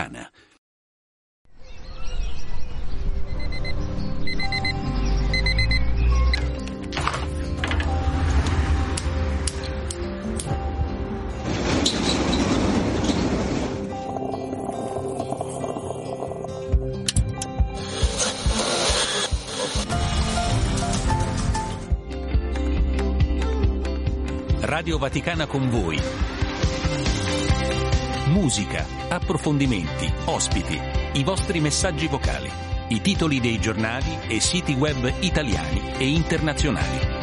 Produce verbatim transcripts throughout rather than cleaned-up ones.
Radio Vaticana con voi. Musica, approfondimenti, ospiti, i vostri messaggi vocali, i titoli dei giornali e siti web italiani e internazionali.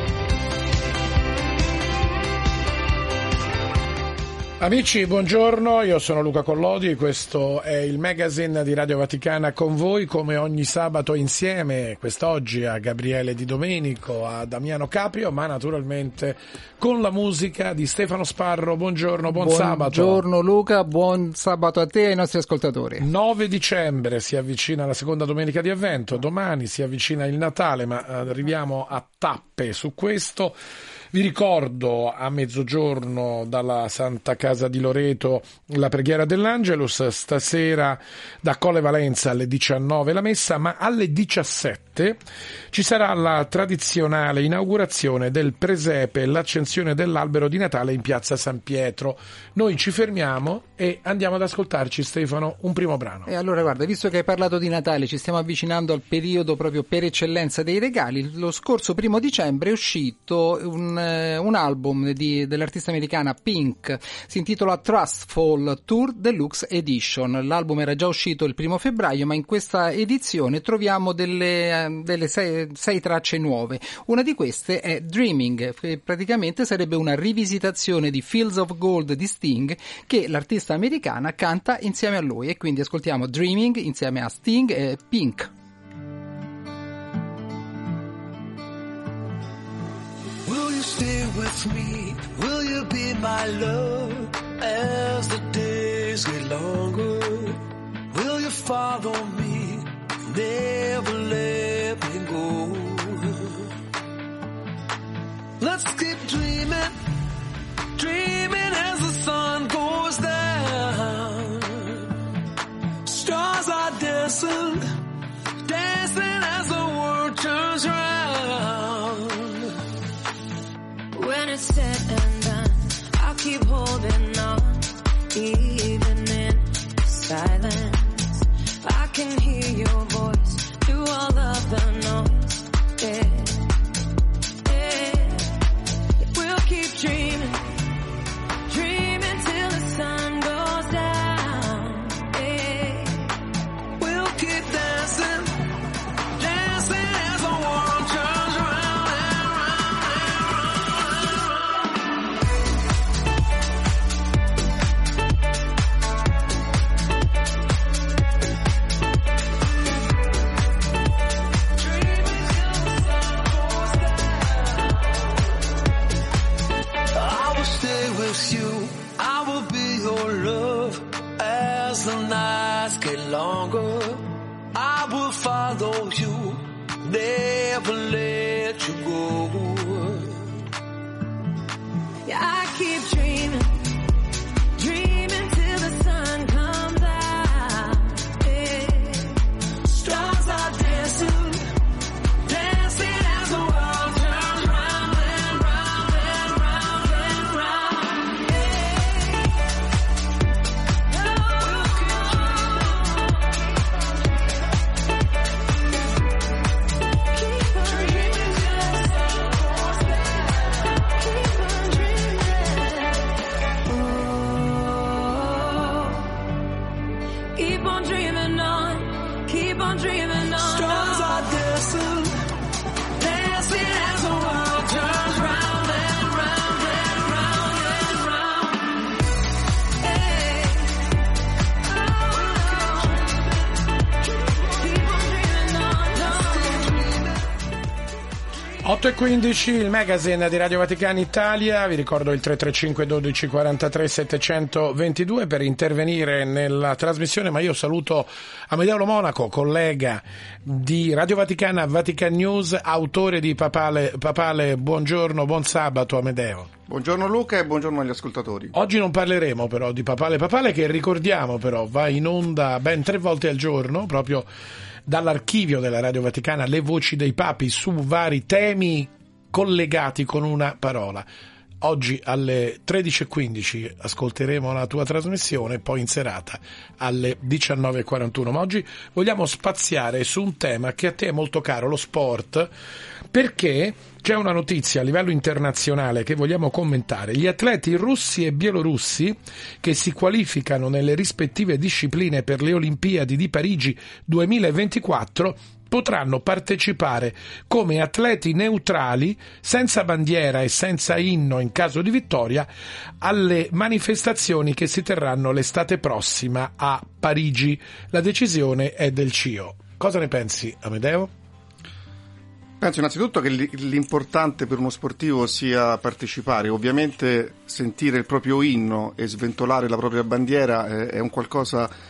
Amici, buongiorno, io sono Luca Collodi, questo è il magazine di Radio Vaticana con voi come ogni sabato insieme, quest'oggi a Gabriele Di Domenico, a Damiano Caprio, ma naturalmente con la musica di Stefano Sparro. Buongiorno, buon, buon sabato. Buongiorno Luca, buon sabato a te e ai nostri ascoltatori. nove dicembre si avvicina la seconda domenica di Avvento, domani si avvicina il Natale, ma arriviamo a tappe su questo. Vi ricordo a mezzogiorno dalla Santa Casa di Loreto la preghiera dell'Angelus, stasera da Colle Valenza alle diciannove la messa, ma alle diciassette ci sarà la tradizionale inaugurazione del presepe e l'accensione dell'albero di Natale in piazza San Pietro. Noi ci fermiamo e andiamo ad ascoltarci, Stefano, un primo brano. E allora guarda, visto che hai parlato di Natale, ci stiamo avvicinando al periodo proprio per eccellenza dei regali. Lo scorso primo dicembre è uscito un un album di, dell'artista americana Pink, si intitola Trustful Tour Deluxe Edition. L'album era già uscito il primo febbraio, ma in questa edizione troviamo delle, delle sei, sei tracce nuove. Una di queste è Dreaming, che praticamente sarebbe una rivisitazione di Fields of Gold di Sting, che l'artista americana canta insieme a lui, e quindi ascoltiamo Dreaming insieme a Sting e Pink. Stay with me, will you be my love as the days get longer? Will you follow me, never let me go? Let's keep dreaming, dreaming as the sun goes down. Stars are dancing, dancing as the world turns round. When it's said and done, I'll keep holding on, even in silence. I can hear your voice through all of the noise. Yeah, yeah. We'll keep dreaming, dreaming till the sun goes down. Yeah, we'll keep dancing, dancing as the world turns around. Longer, I will follow you, never let you go. Yeah, I keep dreaming, dreaming till the sun comes out. Yeah. Stars are dancing, dancing as the world turns round and round and round and round. Yeah. Oh. otto e quindici, il magazine di Radio Vaticana Italia. Vi ricordo il tre tre cinque dodici quarantatré settecentoventidue per intervenire nella trasmissione, ma io saluto Amedeo Lo Monaco, collega di Radio Vaticana, Vatican News, autore di Papale. Papale, buongiorno, buon sabato Amedeo. Buongiorno Luca e buongiorno agli ascoltatori. Oggi non parleremo però di Papale. Papale, che ricordiamo però va in onda ben tre volte al giorno, proprio dall'archivio della Radio Vaticana, le voci dei papi su vari temi collegati con una parola. Oggi alle tredici e quindici ascolteremo la tua trasmissione, poi in serata alle diciannove e quarantuno. Ma oggi vogliamo spaziare su un tema che a te è molto caro, lo sport, perché c'è una notizia a livello internazionale che vogliamo commentare. Gli atleti russi e bielorussi che si qualificano nelle rispettive discipline per le Olimpiadi di Parigi duemilaventiquattro potranno partecipare come atleti neutrali, senza bandiera e senza inno in caso di vittoria, alle manifestazioni che si terranno l'estate prossima a Parigi. La decisione è del C I O. Cosa ne pensi, Amedeo? Penso innanzitutto che l'importante per uno sportivo sia partecipare. Ovviamente sentire il proprio inno e sventolare la propria bandiera è un qualcosa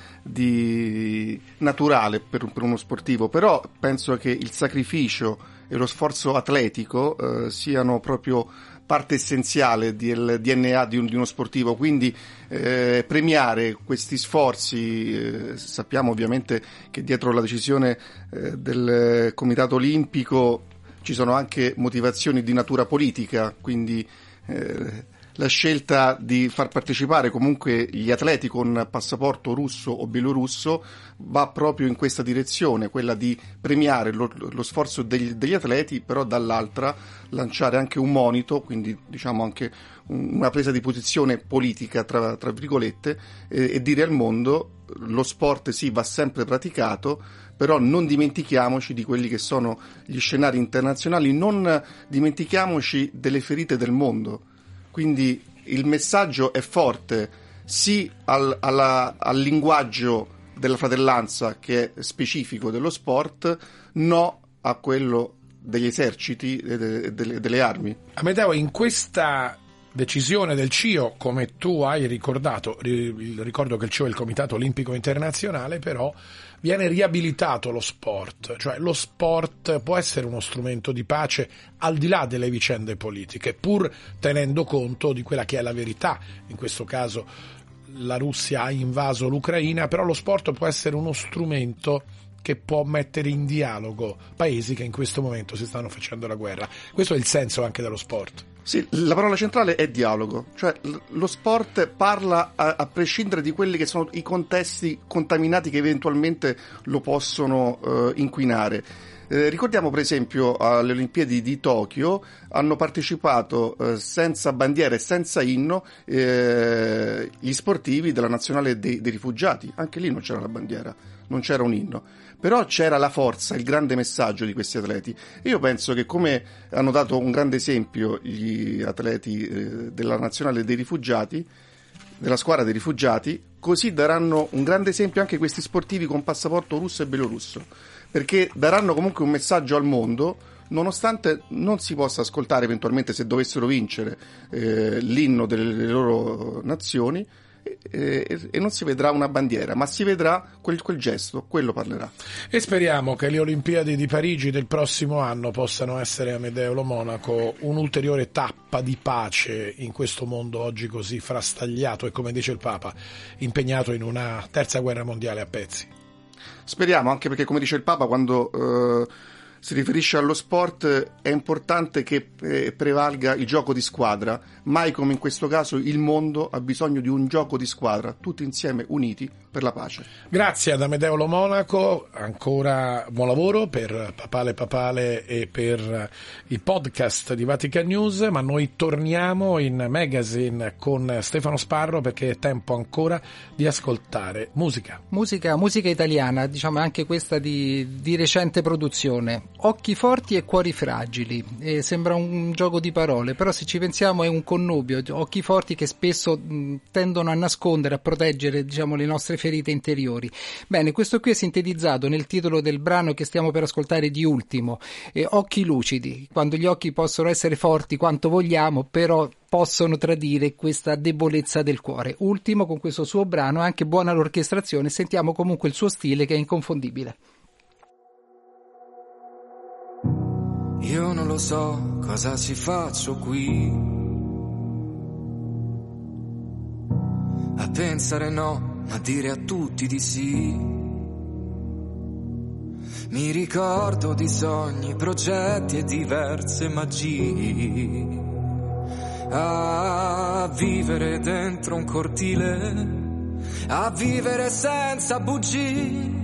di naturale per, per uno sportivo, però penso che il sacrificio e lo sforzo atletico eh, siano proprio parte essenziale del D N A di, un, di uno sportivo, quindi eh, premiare questi sforzi. Eh, sappiamo ovviamente che dietro la decisione eh, del Comitato Olimpico ci sono anche motivazioni di natura politica, quindi eh, la scelta di far partecipare comunque gli atleti con passaporto russo o bielorusso va proprio in questa direzione, quella di premiare lo, lo sforzo degli, degli atleti, però dall'altra lanciare anche un monito, quindi diciamo anche un, una presa di posizione politica tra, tra virgolette, e, e dire al mondo: lo sport sì, va sempre praticato, però non dimentichiamoci di quelli che sono gli scenari internazionali, non dimentichiamoci delle ferite del mondo. Quindi il messaggio è forte, sì al, alla, al linguaggio della fratellanza che è specifico dello sport, no a quello degli eserciti e de, de, delle armi. Amedeo, in questa decisione del C I O, come tu hai ricordato, ricordo che il C I O è il Comitato Olimpico Internazionale, però viene riabilitato lo sport, cioè lo sport può essere uno strumento di pace al di là delle vicende politiche, pur tenendo conto di quella che è la verità. In questo caso la Russia ha invaso l'Ucraina, però lo sport può essere uno strumento che può mettere in dialogo paesi che in questo momento si stanno facendo la guerra. Questo è il senso anche dello sport. Sì, la parola centrale è dialogo, cioè lo sport parla a, a prescindere di quelli che sono i contesti contaminati che eventualmente lo possono eh, inquinare. Eh, ricordiamo per esempio alle Olimpiadi di Tokyo hanno partecipato eh, senza bandiera e senza inno eh, gli sportivi della nazionale dei, dei rifugiati, anche lì non c'era la bandiera, non c'era un inno, però c'era la forza, il grande messaggio di questi atleti. E io penso che, come hanno dato un grande esempio gli atleti eh, della nazionale dei rifugiati, della squadra dei rifugiati, così daranno un grande esempio anche questi sportivi con passaporto russo e bielorusso, perché daranno comunque un messaggio al mondo, nonostante non si possa ascoltare eventualmente, se dovessero vincere, eh, l'inno delle, delle loro nazioni, e, e, e non si vedrà una bandiera, ma si vedrà quel, quel gesto, quello parlerà. E speriamo che le Olimpiadi di Parigi del prossimo anno possano essere, Amedeo Lo Monaco, un'ulteriore tappa di pace in questo mondo oggi così frastagliato e, come dice il Papa, impegnato in una terza guerra mondiale a pezzi. Speriamo, anche perché, come dice il Papa, quando eh, si riferisce allo sport è importante che eh, prevalga il gioco di squadra. Mai come in questo caso il mondo ha bisogno di un gioco di squadra, tutti insieme uniti per la pace. Grazie ad Amedeo Lo Monaco, ancora buon lavoro per Papale Papale e per il podcast di Vatican News, ma noi torniamo in magazine con Stefano Sparro, perché è tempo ancora di ascoltare musica. Musica, musica italiana, diciamo anche questa di, di recente produzione. Occhi forti e cuori fragili, eh, sembra un gioco di parole, però se ci pensiamo è un connubio, occhi forti che spesso mh, tendono a nascondere, a proteggere, diciamo, le nostre ferite interiori. Bene, questo qui è sintetizzato nel titolo del brano che stiamo per ascoltare di ultimo, eh, occhi lucidi, quando gli occhi possono essere forti quanto vogliamo, però possono tradire questa debolezza del cuore. Ultimo con questo suo brano, anche buona l'orchestrazione, sentiamo comunque il suo stile che è inconfondibile. Io non lo so cosa ci faccio qui, a pensare no, a dire a tutti di sì. Mi ricordo di sogni, progetti e diverse magie, a vivere dentro un cortile, a vivere senza bugie.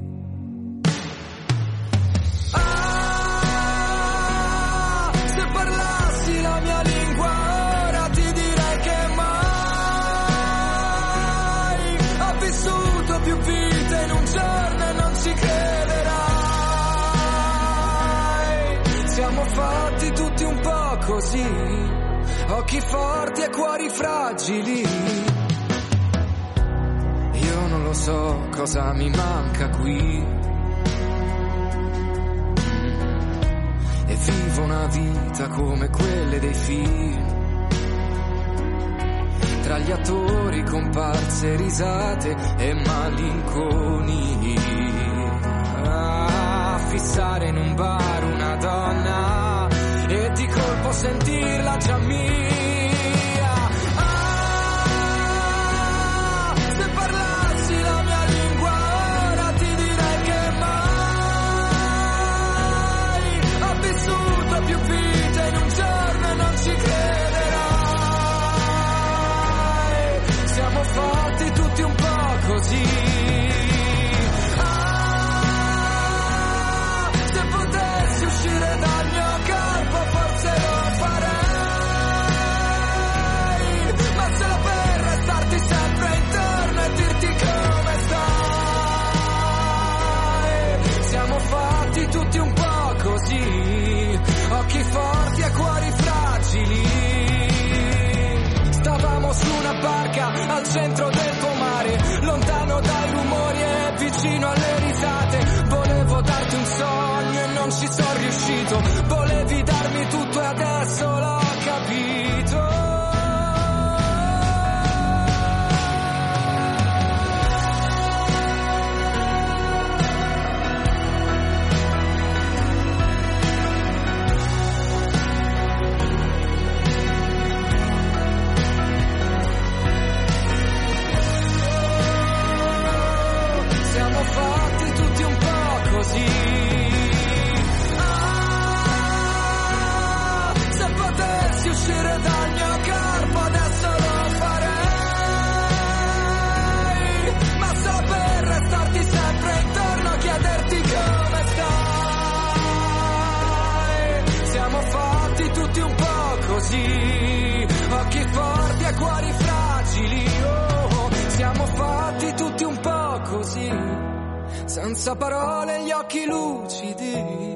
Fatti tutti un po' così, occhi forti e cuori fragili. Io non lo so cosa mi manca qui, e vivo una vita come quelle dei film, tra gli attori, comparse, risate e malinconia, a fissare in un bar una donna e di colpo sentirla già mia. Ah, se parlassi la mia lingua ora ti direi che mai ho vissuto più vite in un giorno e non ci crederai. Siamo fatti tutti un po' così. Tutti un po' così, occhi forti e cuori fragili. Stavamo su una barca al centro del tuo mare, lontano dai rumori e vicino alle risate. Volevo darti un sogno e non ci sono riuscito, volevi darmi tutto e adesso l'ho capito. Occhi forti e cuori fragili, oh, siamo fatti tutti un po' così, senza parole gli occhi lucidi.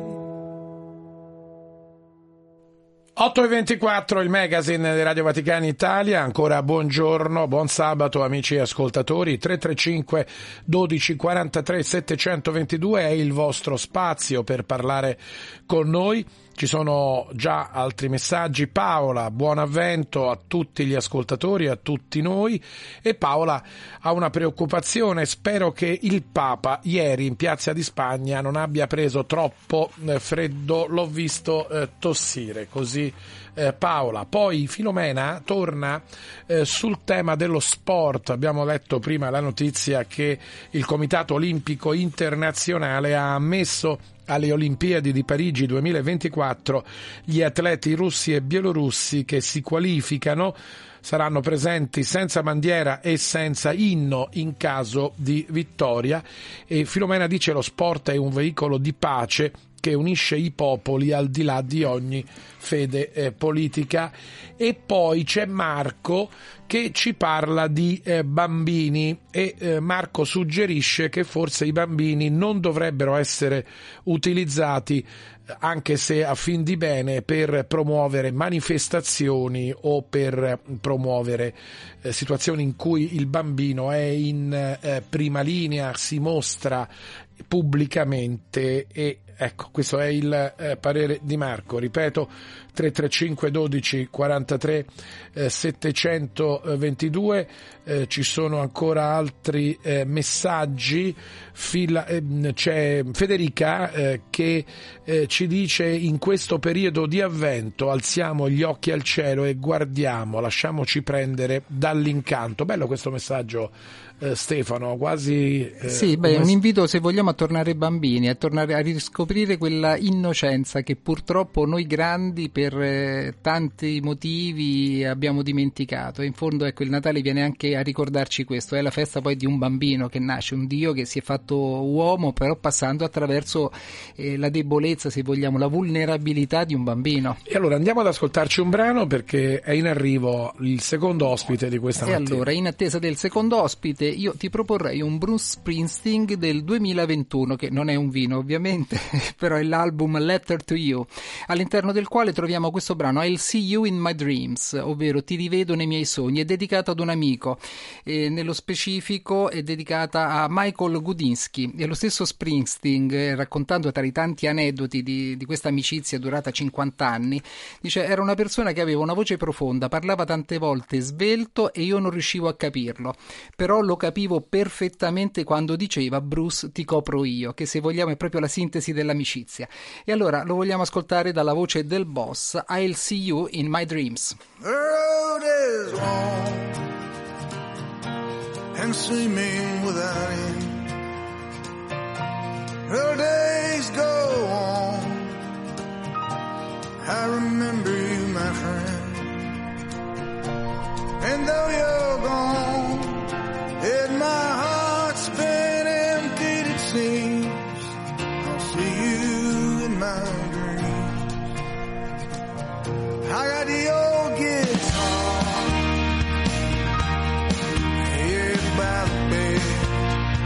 otto e ventiquattro, il magazine di Radio Vaticana Italia. Ancora buongiorno, buon sabato amici e ascoltatori. Tre tre cinque dodici quarantatré settecentoventidue è il vostro spazio per parlare con noi. Ci sono già altri messaggi. Paola, buon avvento a tutti gli ascoltatori, a tutti noi. E Paola ha una preoccupazione: spero che il Papa ieri in Piazza di Spagna non abbia preso troppo eh, freddo, l'ho visto eh, tossire. Così eh, Paola. Poi Filomena torna eh, sul tema dello sport. Abbiamo letto prima la notizia che il Comitato Olimpico Internazionale ha ammesso alle Olimpiadi di Parigi duemilaventiquattro gli atleti russi e bielorussi che si qualificano saranno presenti senza bandiera e senza inno in caso di vittoria. E Filomena dice: lo sport è un veicolo di pace che unisce i popoli al di là di ogni fede eh, politica. E poi c'è Marco che ci parla di eh, bambini e eh, Marco suggerisce che forse i bambini non dovrebbero essere utilizzati, anche se a fin di bene, per promuovere manifestazioni o per promuovere eh, situazioni in cui il bambino è in eh, prima linea, si mostra pubblicamente. E ecco, questo è il eh, parere di Marco. Ripeto, tre tre cinque dodici quarantatré eh, settecentoventidue. Eh, ci sono ancora altri eh, messaggi. Fila, eh, c'è Federica eh, che eh, ci dice: in questo periodo di avvento alziamo gli occhi al cielo e guardiamo, lasciamoci prendere dall'incanto. Bello questo messaggio, eh, Stefano, quasi eh, sì, beh, come... un invito, se vogliamo, a tornare bambini, a tornare a riscoprire quella innocenza che purtroppo noi grandi per eh, tanti motivi abbiamo dimenticato. In fondo, ecco, il Natale viene anche a ricordarci questo, è la festa poi di un bambino che nasce, un Dio che si è fatto uomo, però passando attraverso eh, la debolezza, se vogliamo, la vulnerabilità di un bambino. E allora andiamo ad ascoltarci un brano, perché è in arrivo il secondo ospite di questa e mattina. E allora, in attesa del secondo ospite, io ti proporrei un Bruce Springsteen del duemilaventuno, che non è un vino ovviamente, però è l'album Letter to You, all'interno del quale troviamo questo brano I'll See You in My Dreams, ovvero Ti rivedo nei miei sogni. È dedicato ad un amico, e nello specifico è dedicata a Michael Gudinski. E lo stesso Springsteen, eh, raccontando tra i tanti aneddoti di, di questa amicizia durata cinquanta anni, dice: era una persona che aveva una voce profonda, parlava tante volte svelto e io non riuscivo a capirlo, però lo capivo perfettamente quando diceva Bruce ti copro io, che se vogliamo è proprio la sintesi dell'amicizia. E allora lo vogliamo ascoltare dalla voce del boss, I'll See You in My Dreams. The road is long and seeming without end. The days go on, I remember you, my friend. And though you're gone, and my heart's been emptied, it seems, I'll see you in my dreams. I got the old guitar here by the bed.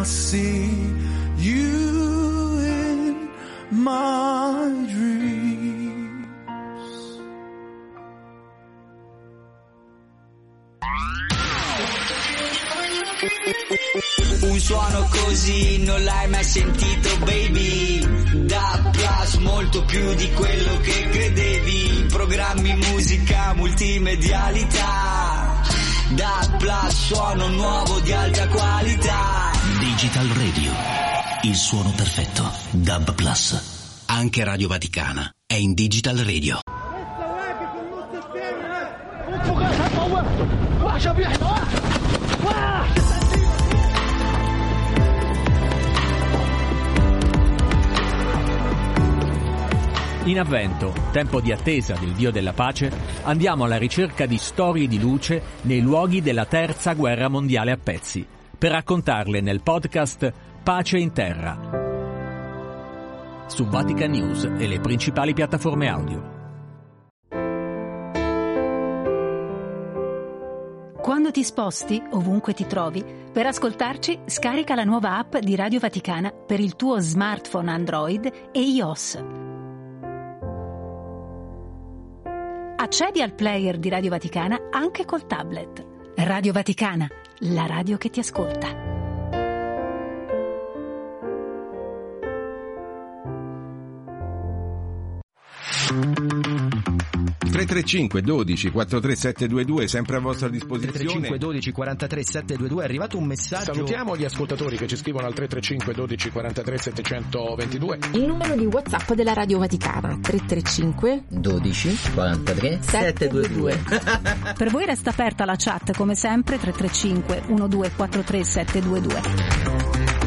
I'll see you in my dreams. Un suono così non l'hai mai sentito, baby. Da Plus, molto più di quello che credevi. Programmi, musica, multimedialità. Da Plus, suono nuovo di alta qualità. Digital Radio, il suono perfetto. Dub Plus. Anche Radio Vaticana è in Digital Radio. In Avvento, tempo di attesa del Dio della pace, andiamo alla ricerca di storie di luce nei luoghi della terza guerra mondiale a pezzi, per raccontarle nel podcast Pace in Terra, su Vatican News e le principali piattaforme audio. Quando ti sposti, ovunque ti trovi, per ascoltarci scarica la nuova app di Radio Vaticana per il tuo smartphone Android e iOS. Accedi al player di Radio Vaticana anche col tablet. Radio Vaticana, la radio che ti ascolta. tre tre cinque dodici quarantatré settecentoventidue, sempre a vostra disposizione. tre tre cinque dodici quarantatré settecentoventidue, è arrivato un messaggio. Salutiamo gli ascoltatori che ci scrivono al tre tre cinque dodici quarantatré settecentoventidue. Il numero di WhatsApp della Radio Vaticana tre tre cinque dodici quarantatré settecentoventidue. Per voi resta aperta la chat come sempre tre tre cinque uno due quattro tre sette due due.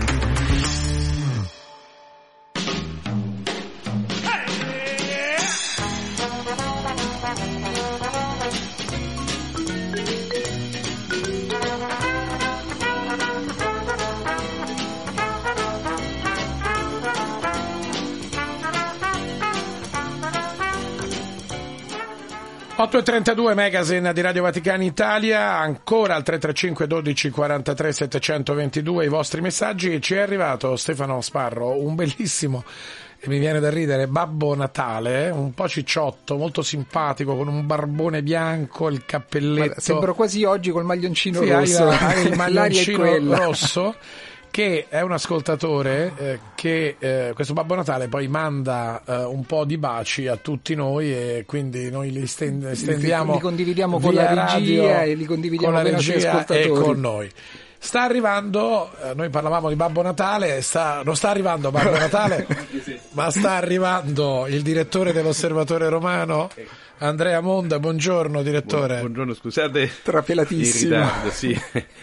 otto e trentadue, Magazine di Radio Vaticana Italia, ancora al tre tre cinque dodici quarantatré settecentoventidue i vostri messaggi. Ci è arrivato, Stefano Sparro, un bellissimo, e mi viene da ridere, Babbo Natale, un po' cicciotto, molto simpatico, con un barbone bianco, il cappelletto. Guarda, sembro quasi oggi col maglioncino sì, rosso. Hai, hai il maglioncino è rosso, che è un ascoltatore eh, che eh, questo Babbo Natale poi manda eh, un po' di baci a tutti noi, e quindi noi li stend- stendiamo, li condividiamo con la regia e li condividiamo con, con i nostri ascoltatori e con noi. Sta arrivando, eh, noi parlavamo di Babbo Natale, sta, non sta arrivando Babbo Natale, ma sta arrivando il direttore dell'Osservatore Romano, Andrea Monda. Buongiorno direttore. Buongiorno, scusate, trapelatissimo. In ritardo, sì.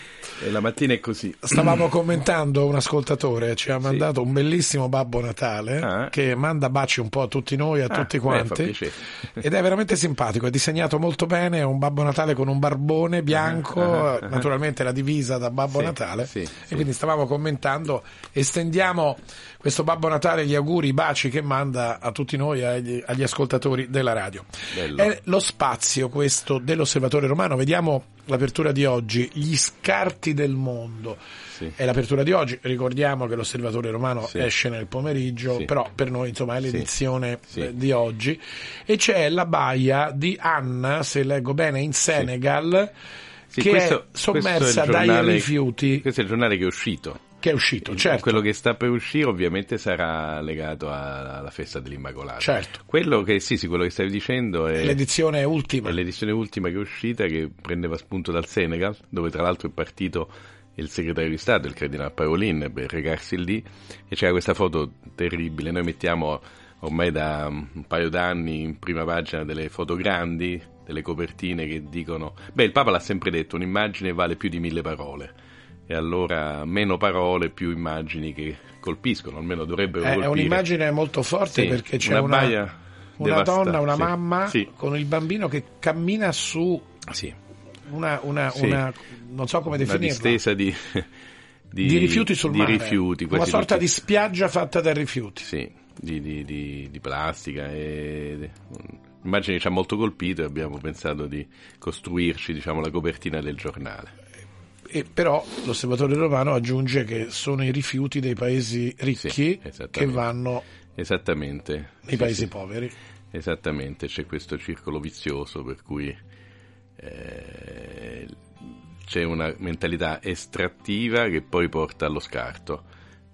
E la mattina è così. Stavamo commentando, un ascoltatore ci ha mandato sì. un bellissimo Babbo Natale ah. che manda baci un po' a tutti noi, a ah, tutti quanti, beh, ed è veramente simpatico, è disegnato molto bene, è un Babbo Natale con un barbone bianco, ah, ah, naturalmente ah. la divisa da Babbo sì, Natale sì, e sì. quindi stavamo commentando, estendiamo questo Babbo Natale, gli auguri, i baci che manda a tutti noi, agli, agli ascoltatori della radio. Bello. È lo spazio questo dell'Osservatore Romano, vediamo l'apertura di oggi, gli scarti del mondo. Sì. È l'apertura di oggi, ricordiamo che l'Osservatore Romano sì. esce nel pomeriggio, sì. però per noi insomma è l'edizione sì. Sì. di oggi, e c'è la baia di Anna, se leggo bene, in Senegal, sì. Sì, che questo, è sommersa è giornale, dai rifiuti. Questo è il giornale che è uscito. Che è uscito, certo. Quello che sta per uscire ovviamente sarà legato alla festa dell'Immacolata. Certo. Quello che sì, sì, quello che stavi dicendo è l'edizione ultima. È l'edizione ultima che è uscita, che prendeva spunto dal Senegal, dove tra l'altro è partito il segretario di Stato, il Cardinale Parolin, per recarsi lì, e c'era questa foto terribile. Noi mettiamo ormai da un paio d'anni in prima pagina delle foto grandi, delle copertine che dicono, beh, il Papa l'ha sempre detto, un'immagine vale più di mille parole. E allora meno parole, più immagini che colpiscono, almeno dovrebbero è, colpire. È un'immagine molto forte, sì, perché c'è una, una, una donna, una sì, mamma sì. con il bambino che cammina su sì. una, una, sì. una non so come definirla, una distesa di, di, di rifiuti sul di mare, rifiuti, una sorta tutti, di spiaggia fatta da rifiuti. Sì, di, di, di, di plastica. E, l'immagine ci ha molto colpito e abbiamo pensato di costruirci, diciamo, la copertina del giornale. E però l'Osservatore Romano aggiunge che sono i rifiuti dei paesi ricchi sì, che vanno esattamente nei sì, paesi sì. poveri. Esattamente, c'è questo circolo vizioso per cui eh, c'è una mentalità estrattiva che poi porta allo scarto,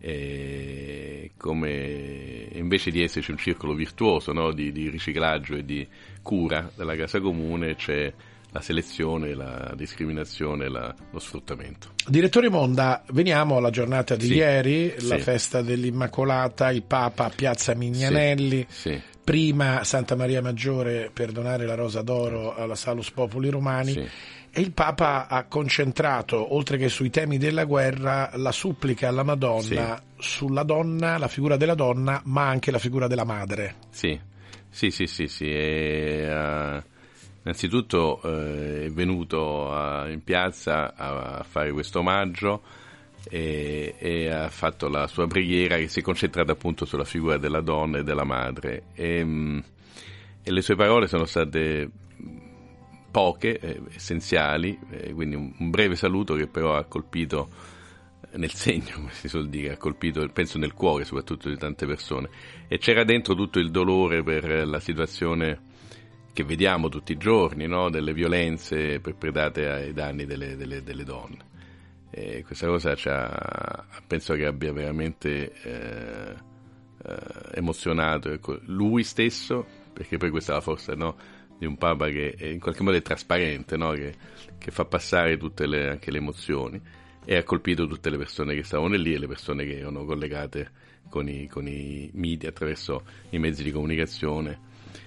e come invece di esserci un circolo virtuoso, no, di, di riciclaggio e di cura della casa comune, c'è la selezione, la discriminazione, la, lo sfruttamento. Direttore Monda, veniamo alla giornata di sì, ieri, sì. la festa dell'Immacolata, il Papa a Piazza Mignanelli, sì, sì. prima Santa Maria Maggiore per donare la Rosa d'Oro alla Salus Populi Romani, sì. e il Papa ha concentrato, oltre che sui temi della guerra, la supplica alla Madonna sì. sulla donna, la figura della donna, ma anche la figura della madre. Sì, sì, sì, sì, sì. E, uh... Innanzitutto eh, è venuto a, in piazza a, a fare questo omaggio e, e ha fatto la sua preghiera che si è concentrata appunto sulla figura della donna e della madre e, mh, e le sue parole sono state poche, eh, essenziali, eh, quindi un, un breve saluto che però ha colpito nel segno, come si suol dire, ha colpito penso nel cuore soprattutto di tante persone, e c'era dentro tutto il dolore per la situazione che vediamo tutti i giorni, no? Delle violenze perpetrate ai danni delle, delle, delle donne. E questa cosa ci ha, penso che abbia veramente eh, eh, emozionato, ecco, lui stesso, perché poi questa è la forza, no? Di un Papa che è, in qualche modo è trasparente, no? che, che fa passare tutte le, anche le emozioni, e ha colpito tutte le persone che stavano lì e le persone che erano collegate con i, con i media, attraverso i mezzi di comunicazione.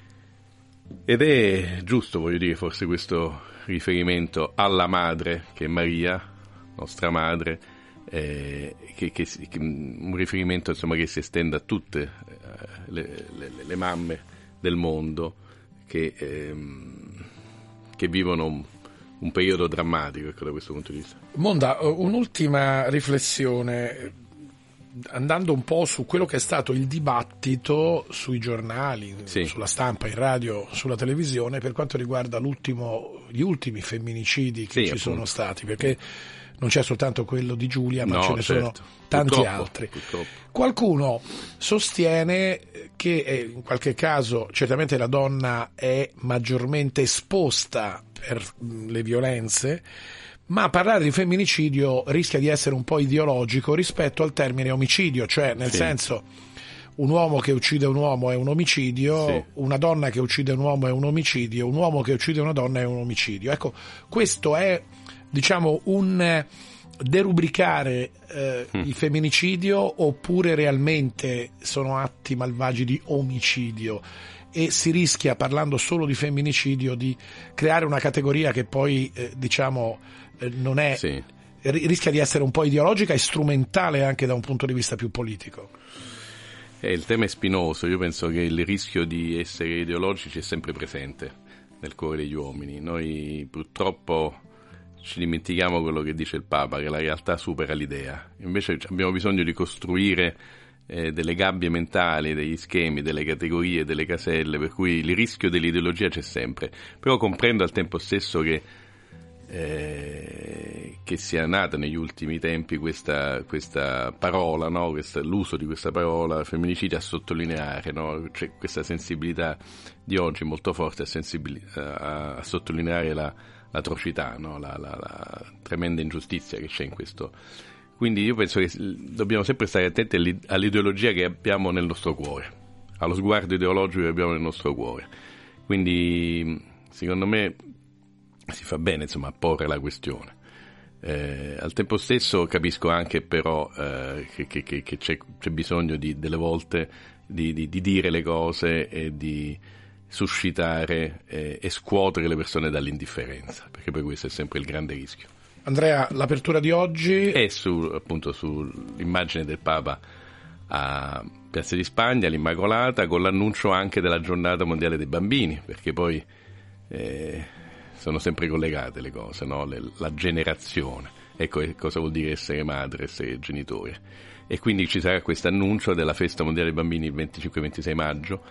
Ed è giusto, voglio dire, forse questo riferimento alla madre, che è Maria, nostra madre, eh, che, che, che un riferimento insomma che si estende a tutte eh, le, le, le mamme del mondo che, ehm, che vivono un, un periodo drammatico, ecco, da questo punto di vista. Monda, un'ultima riflessione, andando un po' su quello che è stato il dibattito sui giornali, sì. sulla stampa, in radio, sulla televisione, per quanto riguarda l'ultimo, gli ultimi femminicidi che sì, ci appunto. sono stati, perché non c'è soltanto quello di Giulia, ma no, ce ne certo. sono tanti purtroppo, altri. Purtroppo. Qualcuno sostiene che eh, in qualche caso certamente la donna è maggiormente esposta per mh, le violenze, ma parlare di femminicidio rischia di essere un po' ideologico rispetto al termine omicidio, cioè nel sì. senso un uomo che uccide un uomo è un omicidio, sì. una donna che uccide un uomo è un omicidio, un uomo che uccide una donna è un omicidio. Ecco, questo è, diciamo, un derubricare eh, mm. il femminicidio, oppure realmente sono atti malvagi di omicidio? E si rischia, parlando solo di femminicidio, di creare una categoria che poi, eh, diciamo, eh, non è, sì. rischia di essere un po' ideologica e strumentale anche da un punto di vista più politico. Eh, il tema è spinoso, io penso che il rischio di essere ideologici è sempre presente nel cuore degli uomini. Noi purtroppo ci dimentichiamo quello che dice il Papa, che la realtà supera l'idea. Invece abbiamo bisogno di costruire eh, delle gabbie mentali, degli schemi, delle categorie, delle caselle, per cui il rischio dell'ideologia c'è sempre. Però comprendo al tempo stesso che eh, che sia nata negli ultimi tempi questa, questa parola, no? Questa, l'uso di questa parola femminicidio a sottolineare, no? C'è questa sensibilità di oggi molto forte a, sensibili- a, a sottolineare la, l'atrocità, no? la, la, la tremenda ingiustizia che c'è in questo. Quindi io penso che dobbiamo sempre stare attenti all'ideologia che abbiamo nel nostro cuore, allo sguardo ideologico che abbiamo nel nostro cuore. Quindi secondo me si fa bene, insomma, a porre la questione. Eh, al tempo stesso capisco anche però eh, che, che, che c'è, c'è bisogno di, delle volte di, di, di dire le cose e di suscitare eh, e scuotere le persone dall'indifferenza, perché poi questo è sempre il grande rischio. Andrea, l'apertura di oggi è su, appunto sull'immagine del Papa a Piazza di Spagna, l'Immacolata, con l'annuncio anche della giornata mondiale dei bambini, perché poi eh, sono sempre collegate le cose, no? Le, la generazione, ecco cosa vuol dire essere madre, essere genitore. E quindi ci sarà questo annuncio della festa mondiale dei bambini il venticinque ventisei maggio,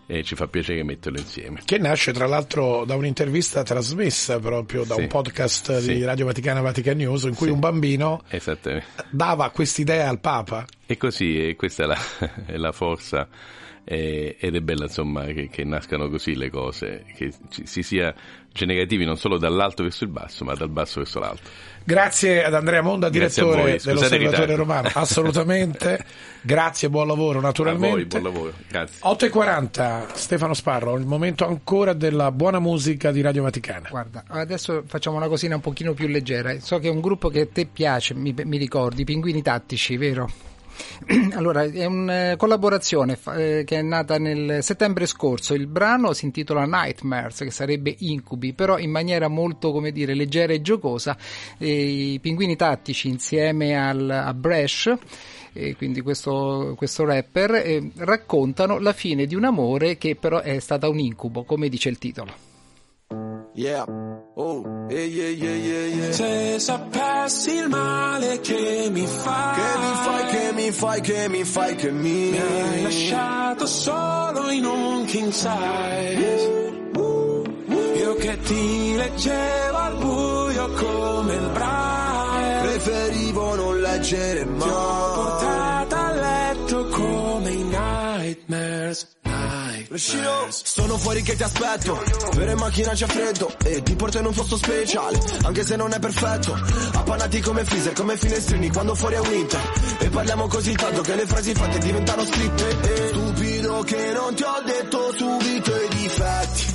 e ci fa piacere metterlo insieme. Che nasce tra l'altro da un'intervista trasmessa proprio da sì. un podcast sì. di Radio Vaticana Vatican News in cui sì. un bambino Esattamente. dava quest'idea al Papa. E così, e questa è la, è la forza, eh, ed è bella insomma che, che nascano così le cose, che ci, si sia generativi non solo dall'alto verso il basso, ma dal basso verso l'alto. Grazie ad Andrea Monda, direttore dell'Osservatorio Romano. Assolutamente. Grazie, buon lavoro naturalmente. A voi, buon lavoro. Grazie. otto e quaranta, Stefano Sparro, il momento ancora della buona musica di Radio Vaticana. Guarda, adesso facciamo una cosina un pochino più leggera. So che è un gruppo che a te piace, mi, mi ricordi, i Pinguini Tattici, vero? Allora, è una collaborazione eh, che è nata nel settembre scorso. Il brano si intitola Nightmares, che sarebbe incubi, però in maniera molto, come dire, leggera e giocosa. E i Pinguini Tattici insieme al, a Bresh, e quindi questo, questo rapper, eh, raccontano la fine di un amore che però è stata un incubo, come dice il titolo. Yeah, oh, yeah, yeah, yeah, yeah, yeah. Se sapessi il male che mi fai, che mi fai, che mi fai, che mi fai, che mi, mi hai lasciato solo in un king size. Uh, uh, uh. Io che ti leggevo al buio come il Braille, preferivo non leggere mai. Ti ho portata a letto come i nightmares. Sono fuori che ti aspetto, per in macchina c'è freddo e ti porto in un posto speciale, anche se non è perfetto. Appannati come freezer, come finestrini quando fuori è winter, e parliamo così tanto che le frasi fatte diventano scritte. E stupido che non ti ho detto subito i difetti.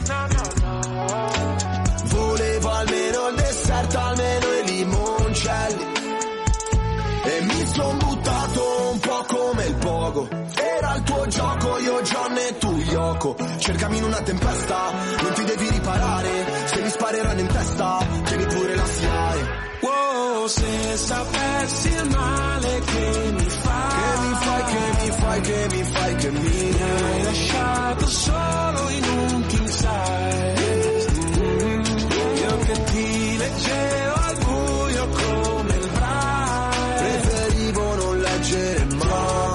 Volevo almeno il dessert, almeno i limoncelli, e mi son buttato un po' come il pogo. Era il tuo gioco, io John e tu Yoko. Cercami in una tempesta, non ti devi riparare. Se mi spareranno in testa, tieni pure la S I A E. Wow, se sapessi il male che mi fai, che mi fai, che mi fai, che mi fai, che mi, mi hai lasciato solo in un king size. Mm-hmm. Io che ti leggevo al buio come il Braille, preferivo non leggere mai.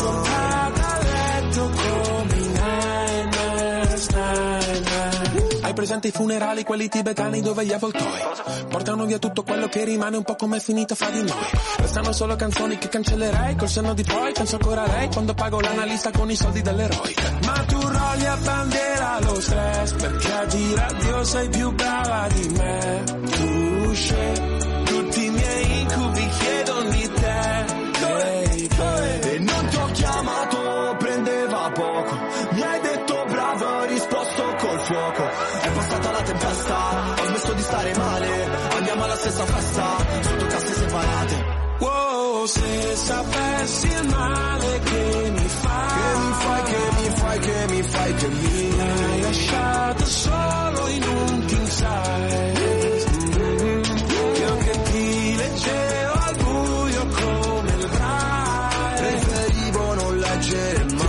Hai presente i funerali, quelli tibetani dove gli avvoltoi portano via tutto quello che rimane, un po' come è finito fra di noi. Restano solo canzoni che cancellerei col senno di poi. Penso ancora a lei quando pago l'analista con i soldi dell'eroe. Ma tu rolli a bandiera lo stress, perché a dire addio sei più brava di me. Tu scegli tutti i miei incubi, chiedono di te. Hey, hey. E non ti ho chiamato, prendeva poco. Mi hai detto bravo, ho risposto col fuoco. È passata la tempesta, ho smesso di stare male. Andiamo alla stessa festa, sotto casse separate. Wow, se sapessi il male che mi fai, che mi fai, che mi fai, che mi fai, che mi, mi hai lasciato solo in un king size. Mm-hmm. Io che ti leggevo al buio come il Braille, preferivo non leggere mai.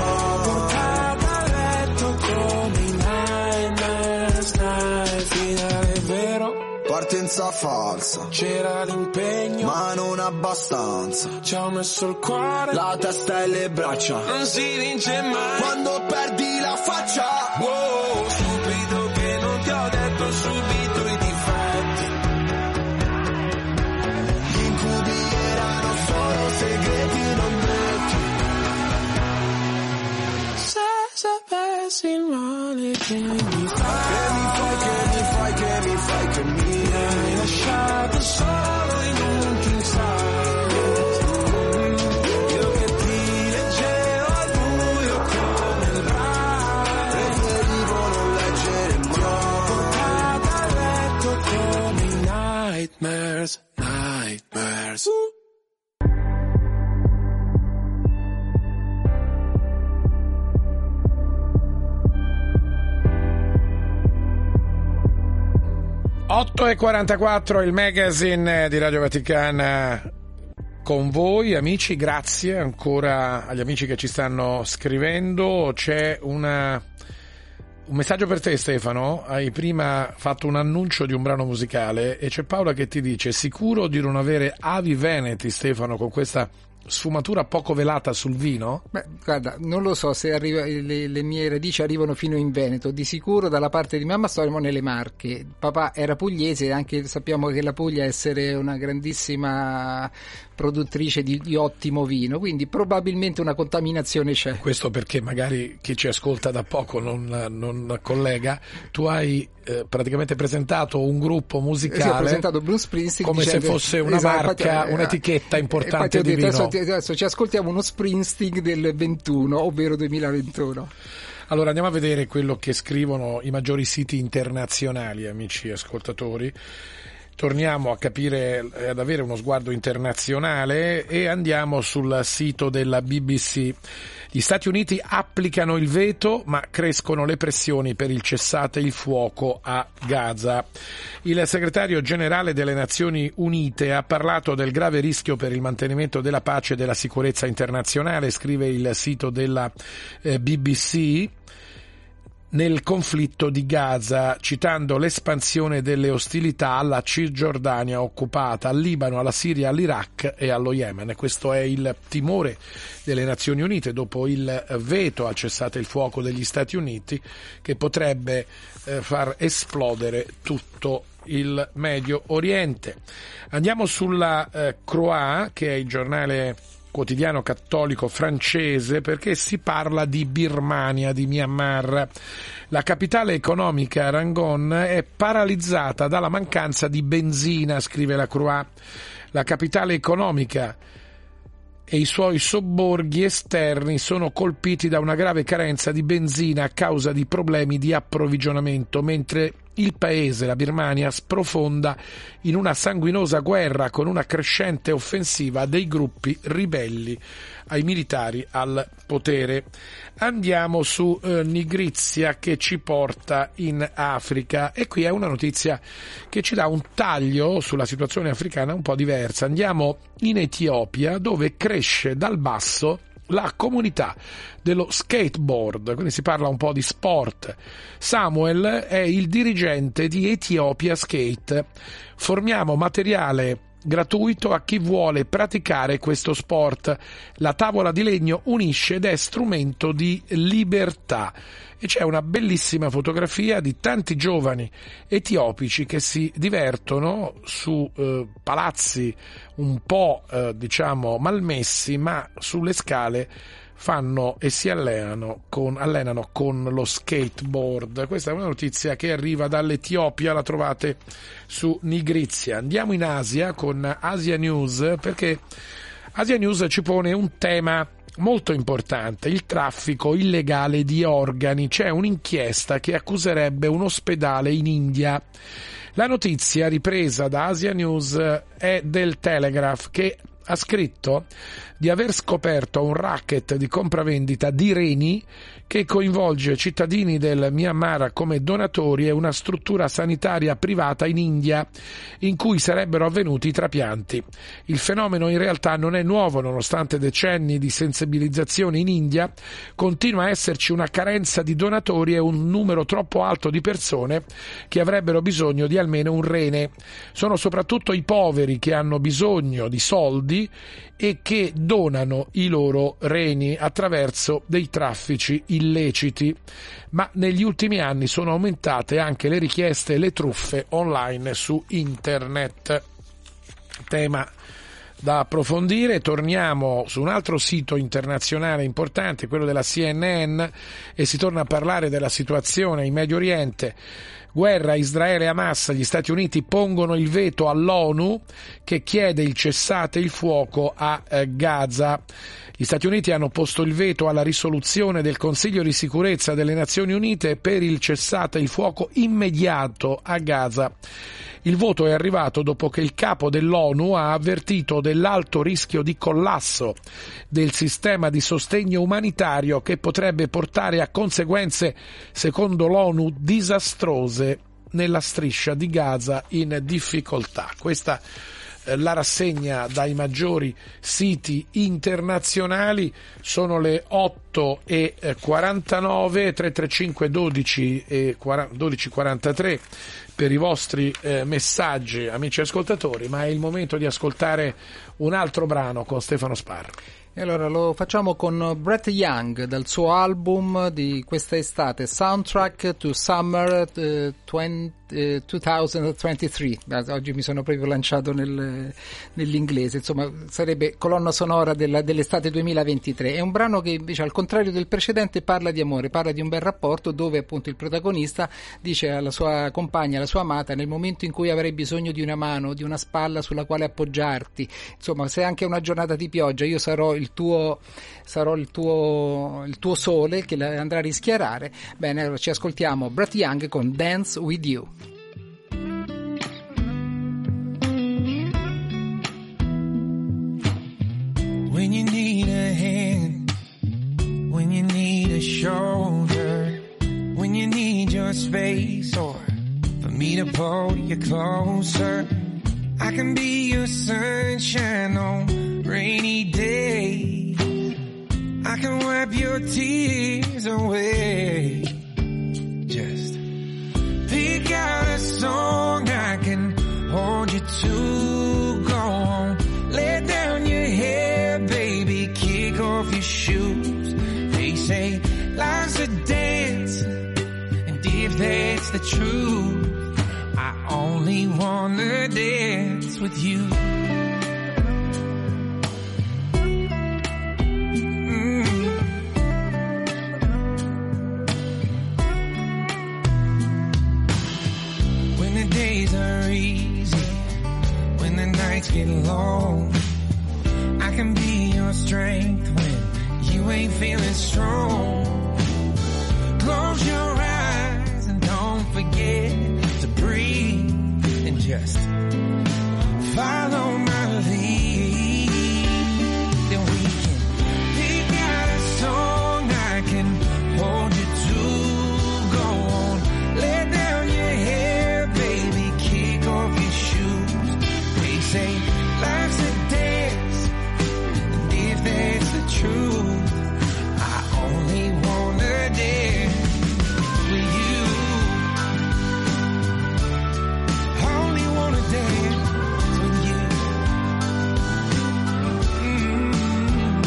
Partenza falsa, c'era l'impegno ma non abbastanza. Ci ho messo il cuore, la testa e le braccia, non si vince mai quando perdi la faccia. Wow, stupido che non ti ho detto subito i difetti. Gli incubi erano solo segreti non detti. Se sapessi il male che mi fai, che mi fai, che mi fai, che mi fai, che mi hai lasciato solo in un king size. Io che ti leggevo al buio come il Braille, preferivo non leggere mai. Portata a letto come i nightmares, nightmares. otto e quarantaquattro, il magazine di Radio Vaticana con voi amici, grazie ancora agli amici che ci stanno scrivendo. C'è una, un messaggio per te Stefano, hai prima fatto un annuncio di un brano musicale e c'è Paola che ti dice: sicuro di non avere avi veneti Stefano con questa sfumatura poco velata sul vino? Beh, guarda, non lo so se arriva, le, le mie radici arrivano fino in Veneto, di sicuro dalla parte di mamma storia nelle Marche. Papà era pugliese e anche sappiamo che la Puglia essere una grandissima produttrice di, di ottimo vino, quindi probabilmente una contaminazione c'è. Questo perché magari chi ci ascolta da poco non, non collega, tu hai eh, praticamente presentato un gruppo musicale, sì, ho presentato Bruce Springsteen come dicendo, se fosse una esatto, marca, infatti, un'etichetta importante infatti, di detto, vino. Adesso, adesso ci ascoltiamo uno Springsteen del ventuno, ovvero duemilaventuno. Allora andiamo a vedere quello che scrivono i maggiori siti internazionali, amici ascoltatori. Torniamo a capire, ad avere uno sguardo internazionale e andiamo sul sito della B B C. Gli Stati Uniti applicano il veto, ma crescono le pressioni per il cessate il fuoco a Gaza. Il segretario generale delle Nazioni Unite ha parlato del grave rischio per il mantenimento della pace e della sicurezza internazionale, scrive il sito della eh, B B C. Nel conflitto di Gaza, citando l'espansione delle ostilità alla Cisgiordania occupata, al Libano, alla Siria, all'Iraq e allo Yemen. Questo è il timore delle Nazioni Unite dopo il veto al cessate il fuoco degli Stati Uniti, che potrebbe eh, far esplodere tutto il Medio Oriente. Andiamo sulla eh, Croix, che è il giornale quotidiano cattolico francese, perché si parla di Birmania, di Myanmar. La capitale economica Rangoon è paralizzata dalla mancanza di benzina, scrive la Croix. La capitale economica e i suoi sobborghi esterni sono colpiti da una grave carenza di benzina a causa di problemi di approvvigionamento, mentre il paese, la Birmania, sprofonda in una sanguinosa guerra con una crescente offensiva dei gruppi ribelli ai militari al potere. Andiamo su eh, Nigrizia, che ci porta in Africa, e qui è una notizia che ci dà un taglio sulla situazione africana un po' diversa. Andiamo in Etiopia, dove cresce dal basso la comunità dello skateboard, quindi si parla un po' di sport. Samuel è il dirigente di Ethiopia Skate. Forniamo materiale gratuito a chi vuole praticare questo sport. La tavola di legno unisce ed è strumento di libertà. E c'è una bellissima fotografia di tanti giovani etiopici che si divertono su eh, palazzi un po' eh, diciamo malmessi, ma sulle scale fanno e si allenano con, allenano con lo skateboard. Questa è una notizia che arriva dall'Etiopia, la trovate su Nigrizia. Andiamo in Asia con Asia News, perché Asia News ci pone un tema molto importante: il traffico illegale di organi. C'è un'inchiesta che accuserebbe un ospedale in India. La notizia ripresa da Asia News è del Telegraph, che ha scritto di aver scoperto un racket di compravendita di reni che coinvolge cittadini del Myanmar come donatori e una struttura sanitaria privata in India in cui sarebbero avvenuti i trapianti. Il fenomeno in realtà non è nuovo, nonostante decenni di sensibilizzazione in India continua a esserci una carenza di donatori e un numero troppo alto di persone che avrebbero bisogno di almeno un rene. Sono soprattutto i poveri che hanno bisogno di soldi e che donano i loro reni attraverso dei traffici illeciti, ma negli ultimi anni sono aumentate anche le richieste e le truffe online su internet. Tema da approfondire. Torniamo su un altro sito internazionale importante, quello della C N N, e si torna a parlare della situazione in Medio Oriente. Guerra Israele-Hamas, gli Stati Uniti pongono il veto all'ONU che chiede il cessate il fuoco a eh, Gaza. Gli Stati Uniti hanno posto il veto alla risoluzione del Consiglio di sicurezza delle Nazioni Unite per il cessate il fuoco immediato a Gaza. Il voto è arrivato dopo che il capo dell'ONU ha avvertito dell'alto rischio di collasso del sistema di sostegno umanitario che potrebbe portare a conseguenze, secondo l'ONU, disastrose nella striscia di Gaza in difficoltà. Questa è la rassegna dai maggiori siti internazionali. Sono le otto otto e quarantanove, tre tre cinque dodici e dodici quarantatré per i vostri eh, messaggi, amici ascoltatori, ma è il momento di ascoltare un altro brano con Stefano Sparro. E allora lo facciamo con Brett Young dal suo album di questa estate, Soundtrack to Summer uh, twenty, uh, duemilaventitré. Oggi mi sono proprio lanciato nel, nell'inglese, insomma sarebbe colonna sonora della, dell'estate duemilaventitré. È un brano che invece al contrario del precedente parla di amore, parla di un bel rapporto dove appunto il protagonista dice alla sua compagna, alla sua amata, nel momento in cui avrai bisogno di una mano, di una spalla sulla quale appoggiarti, insomma se è anche una giornata di pioggia io sarò il tuo sarò il tuo il tuo sole che andrà a rischiarare. Bene, allora ci ascoltiamo Brett Young con Dance With You. When you need a hand, when you need a shoulder, when you need your space or for me to pull you closer, I can be your sunshine on rainy day. I can wipe your tears away. Just pick out a song I can hold you to. Go on, let down your hair, baby, kick off your shoes. They say life's a dance, and if that's the truth, I only wanna dance with you. Days are easy when the nights get long. I can be your strength when you ain't feeling strong. Close your eyes and don't forget to breathe and just follow my lead. Then we can pick out a song I can hold you to. Go on, let down your hair, baby, kick off your shoes. They say life's a dance, and if that's the truth, I only wanna dance with you. Only wanna dance with you. Mm.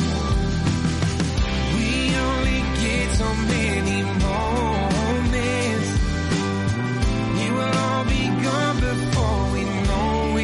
We only get so many moments. You will all be gone before we know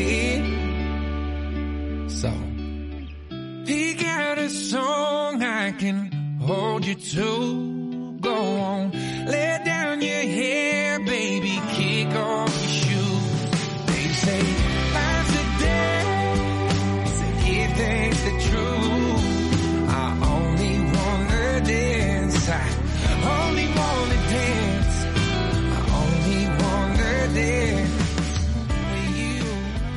it. So, pick out a song I can hold you to. Go on, let down your hair, baby, kick off your shoes. They say life's a dance, and if that's the truth, I only wanna dance. I only wanna dance. I only wanna dance with you.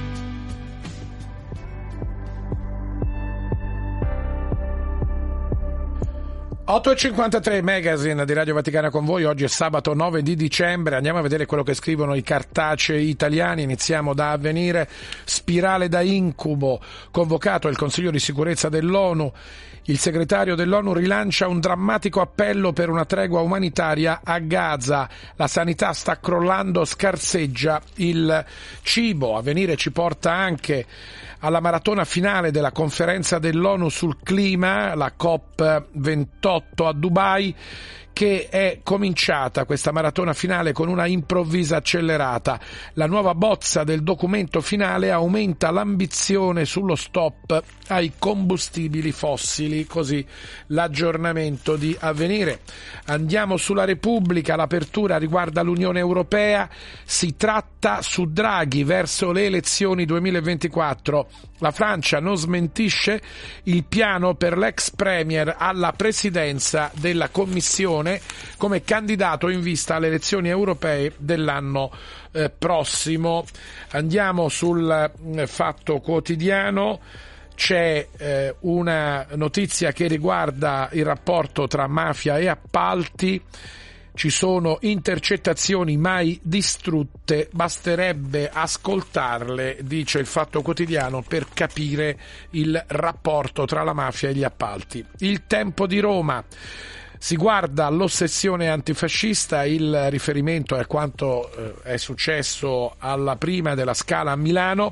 otto e cinquantatré Magazine di Radio Vaticana con voi. Oggi è sabato nove di dicembre. Andiamo a vedere quello che scrivono i cartacei italiani. Iniziamo da Avvenire. Spirale da incubo. Convocato il Consiglio di sicurezza dell'ONU. Il segretario dell'ONU rilancia un drammatico appello per una tregua umanitaria a Gaza. La sanità sta crollando, scarseggia il cibo. Avvenire ci porta anche alla maratona finale della conferenza dell'ONU sul clima, la COP ventotto a Dubai, che è cominciata questa maratona finale con una improvvisa accelerata. La nuova bozza del documento finale aumenta l'ambizione sullo stop ai combustibili fossili, così l'aggiornamento di Avvenire. Andiamo sulla Repubblica, l'apertura riguarda l'Unione Europea, si tratta su Draghi verso le elezioni duemilaventiquattro. La Francia non smentisce il piano per l'ex premier alla presidenza della Commissione come candidato in vista alle elezioni europee dell'anno eh, prossimo. Andiamo sul eh, Fatto Quotidiano. C'è eh, una notizia che riguarda il rapporto tra mafia e appalti. ci sono intercettazioni mai distrutte, basterebbe ascoltarle, dice il Fatto Quotidiano, per capire il rapporto tra la mafia e gli appalti. Il Tempo di Roma. Si guarda all'ossessione antifascista, il riferimento è quanto eh, è successo alla prima della Scala a Milano.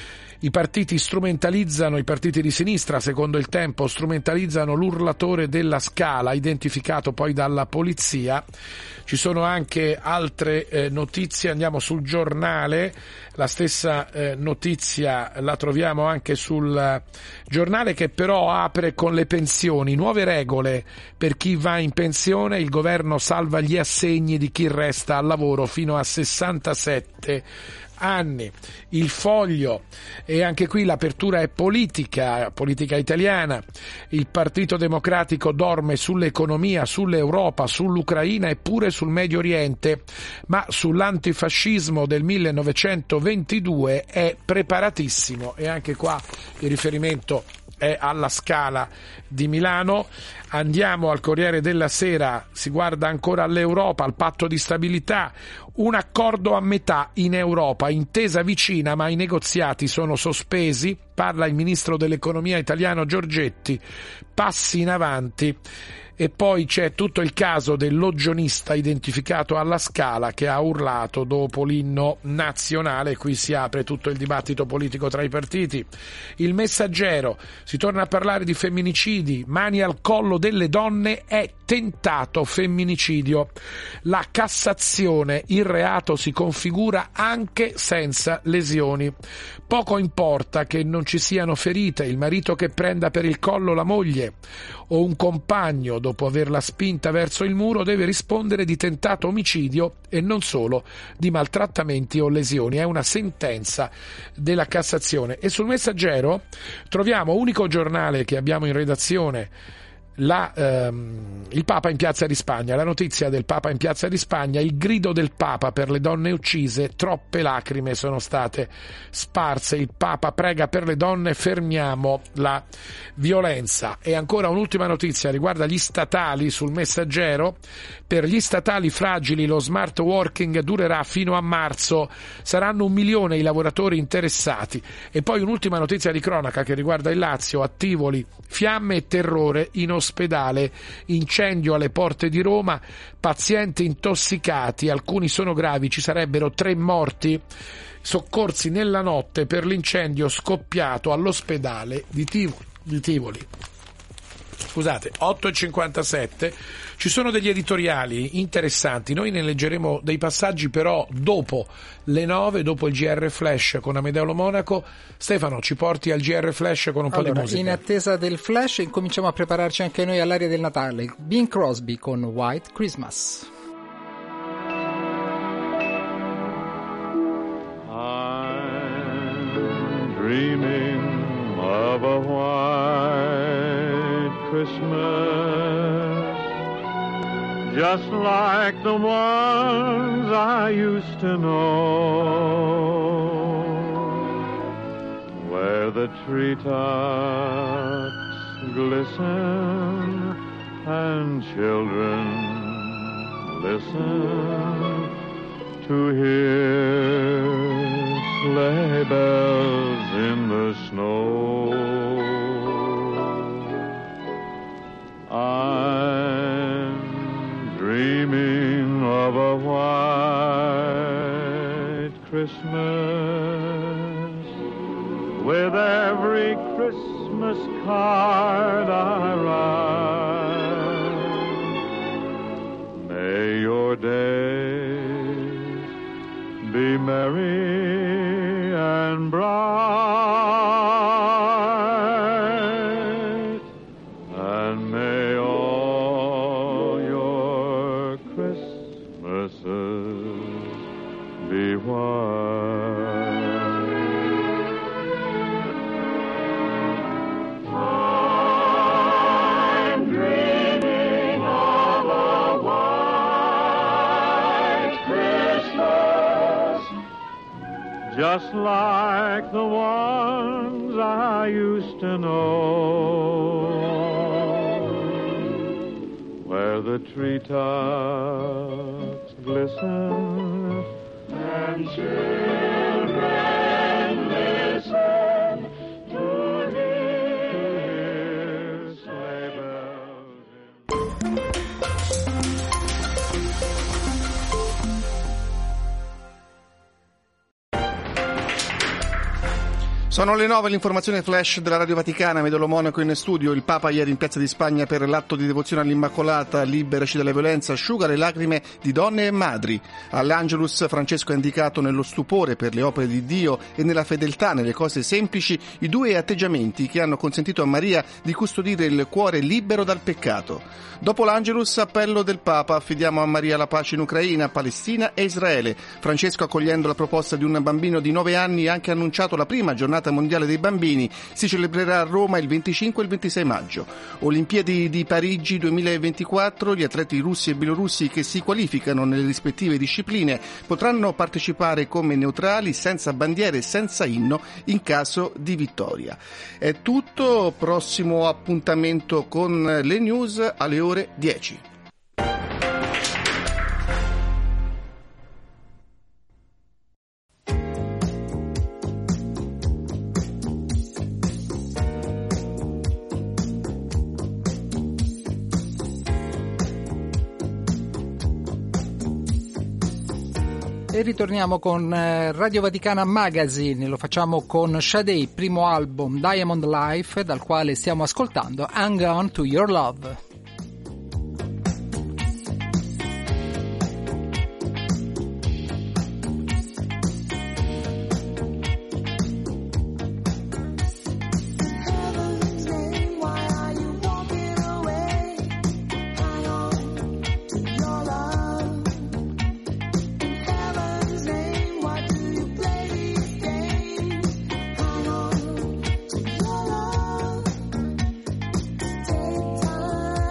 I partiti strumentalizzano, i partiti di sinistra, secondo il Tempo, strumentalizzano l'urlatore della Scala, identificato poi dalla polizia. Ci sono anche altre eh, notizie, andiamo sul Giornale, la stessa eh, notizia la troviamo anche sul Giornale, che però apre con le pensioni, nuove regole per chi va in pensione, il governo salva gli assegni di chi resta al lavoro fino a sessantasette anni. Il Foglio, e anche qui l'apertura è politica, politica italiana. Il Partito Democratico dorme sull'economia, sull'Europa, sull'Ucraina e pure sul Medio Oriente, ma sull'antifascismo del millenovecentoventidue è preparatissimo, e anche qua il riferimento è alla Scala di Milano. Andiamo al Corriere della Sera, si guarda ancora all'Europa, al patto di stabilità, un accordo a metà in Europa, intesa vicina ma i negoziati sono sospesi, parla il ministro dell'economia italiano Giorgetti, passi in avanti. E poi c'è tutto il caso del logionista identificato alla Scala che ha urlato dopo l'inno nazionale. Qui si apre tutto il dibattito politico tra i partiti. Il Messaggero, si torna a parlare di femminicidi, mani al collo delle donne, è tentato femminicidio. La Cassazione, il reato si configura anche senza lesioni. Poco importa che non ci siano ferite, il marito che prenda per il collo la moglie o un compagno dopo averla spinta verso il muro deve rispondere di tentato omicidio e non solo di maltrattamenti o lesioni. È una sentenza della Cassazione. E sul Messaggero troviamo, unico giornale che abbiamo in redazione, La, ehm, il Papa in Piazza di Spagna, la notizia del Papa in Piazza di Spagna, il grido del Papa per le donne uccise, troppe lacrime sono state sparse, il Papa prega per le donne, fermiamo la violenza. E ancora un'ultima notizia riguarda gli statali sul Messaggero, per gli statali fragili lo smart working durerà fino a marzo, saranno un milione i lavoratori interessati. E poi un'ultima notizia di cronaca che riguarda il Lazio, a Tivoli, fiamme e terrore in ospedale, incendio alle porte di Roma, pazienti intossicati, alcuni sono gravi, ci sarebbero tre morti, soccorsi nella notte per l'incendio scoppiato all'ospedale di Tivoli. Di Tivoli. Scusate, otto e cinquantasette, ci sono degli editoriali interessanti, noi ne leggeremo dei passaggi però dopo le nove, dopo il G R Flash con Amedeo Monaco. Stefano, ci porti al G R Flash con un allora, po' di musica. In attesa del Flash incominciamo a prepararci anche noi all'aria del Natale. Bing Crosby con White Christmas. I'm dreaming of a white Christmas, just like the ones I used to know, where the treetops glisten and children listen to hear sleigh bells in the snow. I'm dreaming of a white Christmas, with every Christmas card I write. May your days be merry and bright, and may all your Christmases be white. I'm dreaming of a white Christmas, just like the ones I used to know, where where the treetops glisten and children listen to hear sleigh bells. Sono le nove, l'informazione flash della Radio Vaticana. Medolo Monaco in studio. Il Papa ieri in Piazza di Spagna per l'atto di devozione all'Immacolata, liberaci dalla violenza, asciuga le lacrime di donne e madri. All'Angelus Francesco ha indicato nello stupore per le opere di Dio e nella fedeltà nelle cose semplici i due atteggiamenti che hanno consentito a Maria di custodire il cuore libero dal peccato. Dopo l'Angelus, appello del Papa, affidiamo a Maria la pace in Ucraina, Palestina e Israele. Francesco, accogliendo la proposta di un bambino di nove anni, ha anche annunciato la prima giornata mondiale dei bambini. Si celebrerà a Roma il venticinque e il ventisei maggio. Olimpiadi di Parigi duemilaventiquattro, gli atleti russi e bielorussi che si qualificano nelle rispettive discipline potranno partecipare come neutrali, senza bandiere e senza inno, in caso di vittoria. È tutto, prossimo appuntamento con le news alle ore dieci. E ritorniamo con Radio Vaticana Magazine, lo facciamo con Sade, primo album Diamond Life, dal quale stiamo ascoltando Hang On To Your Love. Time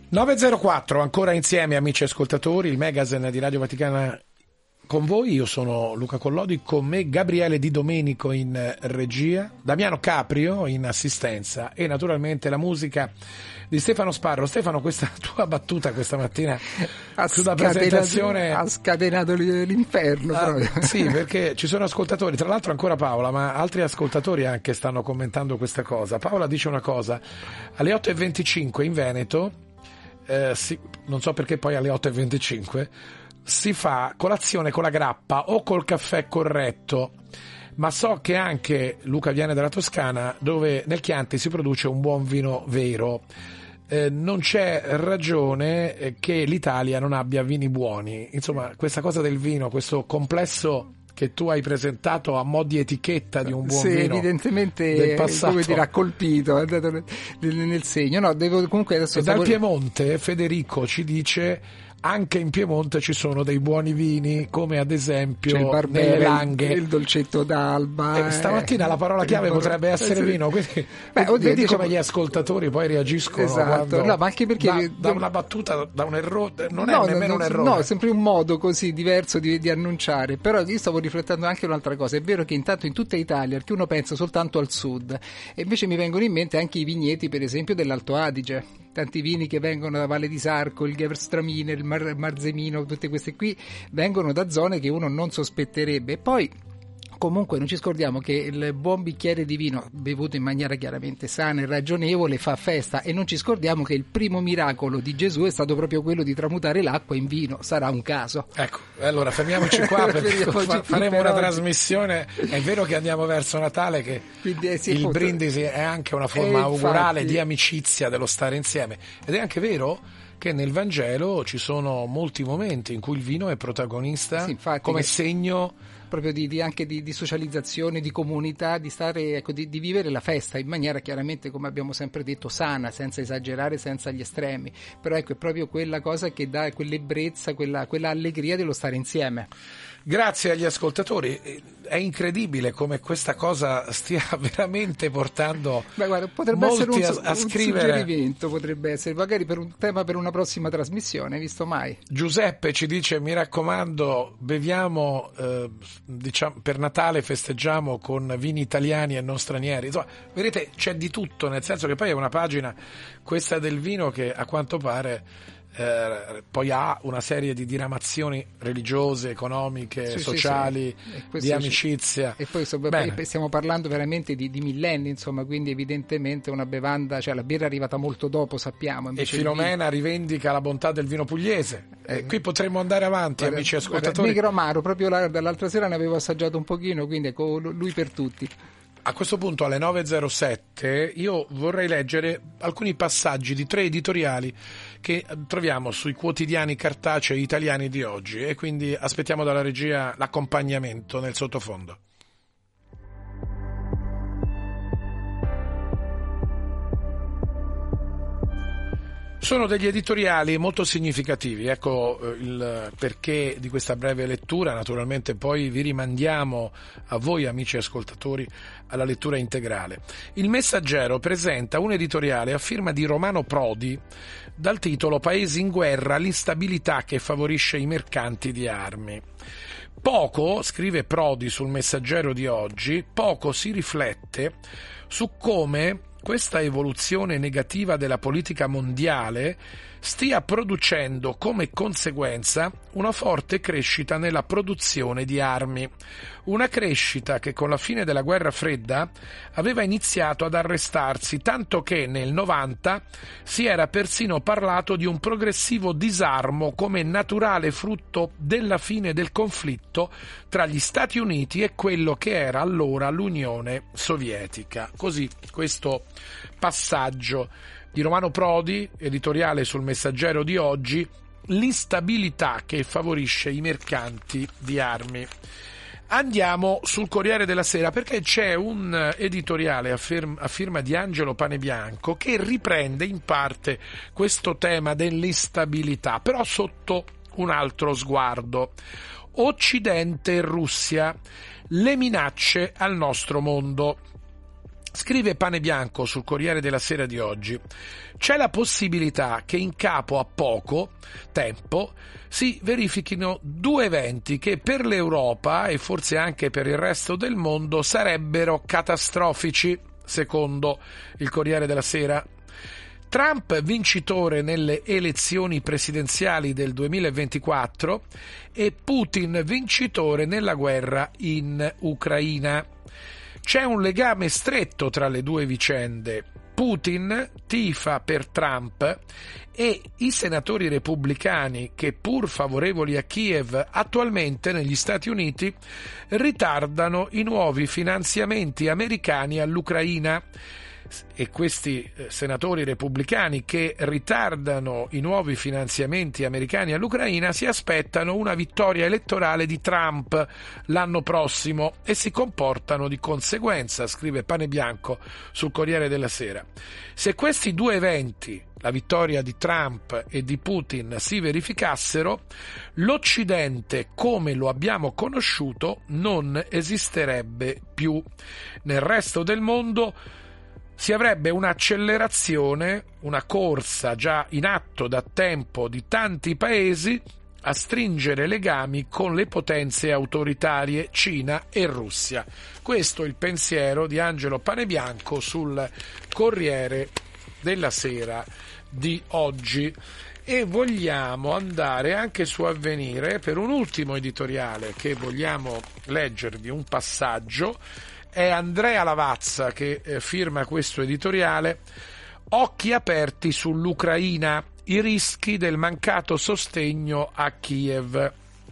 nove e zero quattro, ancora insieme amici ascoltatori, il magazine di Radio Vaticana con voi. Io sono Luca Collodi, con me Gabriele Di Domenico in regia, Damiano Caprio in assistenza e naturalmente la musica di Stefano Sparro. Stefano, questa tua battuta questa mattina sulla presentazione ha scatenato l'inferno. Ah, sì, perché ci sono ascoltatori, tra l'altro ancora Paola, ma altri ascoltatori anche stanno commentando questa cosa. Paola dice una cosa: alle otto e venticinque in Veneto, eh, si, non so perché poi alle otto e venticinque si fa colazione con la grappa o col caffè corretto, ma so che anche Luca viene dalla Toscana, dove nel Chianti si produce un buon vino vero. Eh, non c'è ragione che l'Italia non abbia vini buoni. Insomma, questa cosa del vino, questo complesso che tu hai presentato a mo' di etichetta di un buon sì, vino evidentemente del passato, come dire, ha colpito, è andato nel, nel segno. No, devo comunque adesso e dal stavo... Piemonte Federico ci dice: anche in Piemonte ci sono dei buoni vini, come ad esempio c'è il nelle Barbera, Langhe, il, il dolcetto d'alba. Eh, stamattina la parola chiave potrebbe essere vino, quindi Beh, oddio, vedi diciamo... come gli ascoltatori poi reagiscono, esatto, quando no, ma anche perché da, da una battuta, da un errore, non no, è nemmeno no, un errore. No, è sempre un modo così diverso di, di annunciare. Però io stavo riflettendo anche un'altra cosa. È vero che intanto in tutta Italia, perché uno pensa soltanto al sud, e invece mi vengono in mente anche i vigneti, per esempio, dell'Alto Adige. Tanti vini che vengono da Valle di Sarco, il Gewürztraminer, il Mar- Marzemino, tutte queste qui vengono da zone che uno non sospetterebbe. E poi comunque non ci scordiamo che il buon bicchiere di vino bevuto in maniera chiaramente sana e ragionevole fa festa, e non ci scordiamo che il primo miracolo di Gesù è stato proprio quello di tramutare l'acqua in vino. Sarà un caso. Ecco, allora fermiamoci qua perché fa- faremo una trasmissione. È vero che andiamo verso Natale, che Quindi, eh, sì, il appunto, brindisi è anche una forma e augurale infatti, di amicizia, dello stare insieme, ed è anche vero che nel Vangelo ci sono molti momenti in cui il vino è protagonista, sì, infatti, come che... segno proprio di, di anche di, di socializzazione, di comunità, di stare, ecco, di, di vivere la festa in maniera chiaramente, come abbiamo sempre detto, sana, senza esagerare, senza gli estremi. Però ecco, è proprio quella cosa che dà quell'ebbrezza, quella, quella allegria dello stare insieme. Grazie agli ascoltatori. È incredibile come questa cosa stia veramente portando Beh, guarda, potrebbe molti essere un, a, a un scrivere. suggerimento, potrebbe essere magari per un tema per una prossima trasmissione, hai visto mai? Giuseppe ci dice: mi raccomando, beviamo, eh, diciamo, per Natale festeggiamo con vini italiani e non stranieri. Insomma, vedete, c'è di tutto, nel senso che poi è una pagina, questa del vino, che a quanto pare Eh, poi ha una serie di diramazioni religiose, economiche, sì, sociali, sì, sì. di amicizia. E poi, so, poi stiamo parlando veramente di, di millenni, insomma, quindi evidentemente una bevanda, cioè la birra è arrivata molto dopo, sappiamo. E Filomena rivendica la bontà del vino pugliese. Eh, qui potremmo andare avanti, guarda, amici ascoltatori. Negro amaro, proprio la, dall'altra sera ne avevo assaggiato un pochino, quindi ecco, lui per tutti. A questo punto, alle nove e zero sette, io vorrei leggere alcuni passaggi di tre editoriali che troviamo sui quotidiani cartacei italiani di oggi, e quindi aspettiamo dalla regia l'accompagnamento nel sottofondo. Sono degli editoriali molto significativi, ecco il perché di questa breve lettura. Naturalmente poi vi rimandiamo a voi, amici ascoltatori, alla lettura integrale. Il Messaggero presenta un editoriale a firma di Romano Prodi dal titolo "Paesi in guerra, l'instabilità che favorisce i mercanti di armi". Poco, scrive Prodi sul Messaggero di oggi, poco si riflette su come questa evoluzione negativa della politica mondiale stia producendo come conseguenza una forte crescita nella produzione di armi. Una crescita che con la fine della guerra fredda aveva iniziato ad arrestarsi, tanto che nel novanta si era persino parlato di un progressivo disarmo come naturale frutto della fine del conflitto tra gli Stati Uniti e quello che era allora l'Unione Sovietica. Così questo passaggio di Romano Prodi, editoriale sul Messaggero di oggi, l'instabilità che favorisce i mercanti di armi. Andiamo sul Corriere della Sera, perché c'è un editoriale a firma, a firma di Angelo Panebianco che riprende in parte questo tema dell'instabilità, però sotto un altro sguardo. Occidente e Russia, le minacce al nostro mondo. Scrive Pane Bianco sul Corriere della Sera di oggi: c'è la possibilità che in capo a poco tempo si verifichino due eventi che per l'Europa e forse anche per il resto del mondo sarebbero catastrofici, secondo il Corriere della Sera. Trump vincitore nelle elezioni presidenziali del duemilaventiquattro e Putin vincitore nella guerra in Ucraina. C'è un legame stretto tra le due vicende. Putin tifa per Trump e i senatori repubblicani che, pur favorevoli a Kiev, attualmente negli Stati Uniti ritardano i nuovi finanziamenti americani all'Ucraina. E questi senatori repubblicani che ritardano i nuovi finanziamenti americani all'Ucraina si aspettano una vittoria elettorale di Trump l'anno prossimo e si comportano di conseguenza, scrive Pane Bianco sul Corriere della Sera. Se questi due eventi, la vittoria di Trump e di Putin, si verificassero, l'Occidente come lo abbiamo conosciuto non esisterebbe più. Nel resto del mondo si avrebbe un'accelerazione, una corsa già in atto da tempo di tanti paesi a stringere legami con le potenze autoritarie Cina e Russia. Questo è il pensiero di Angelo Panebianco sul Corriere della Sera di oggi. E vogliamo andare anche su Avvenire per un ultimo editoriale che vogliamo leggervi un passaggio. È Andrea Lavazza che eh, firma questo editoriale. Occhi aperti sull'Ucraina, i rischi del mancato sostegno a Kiev.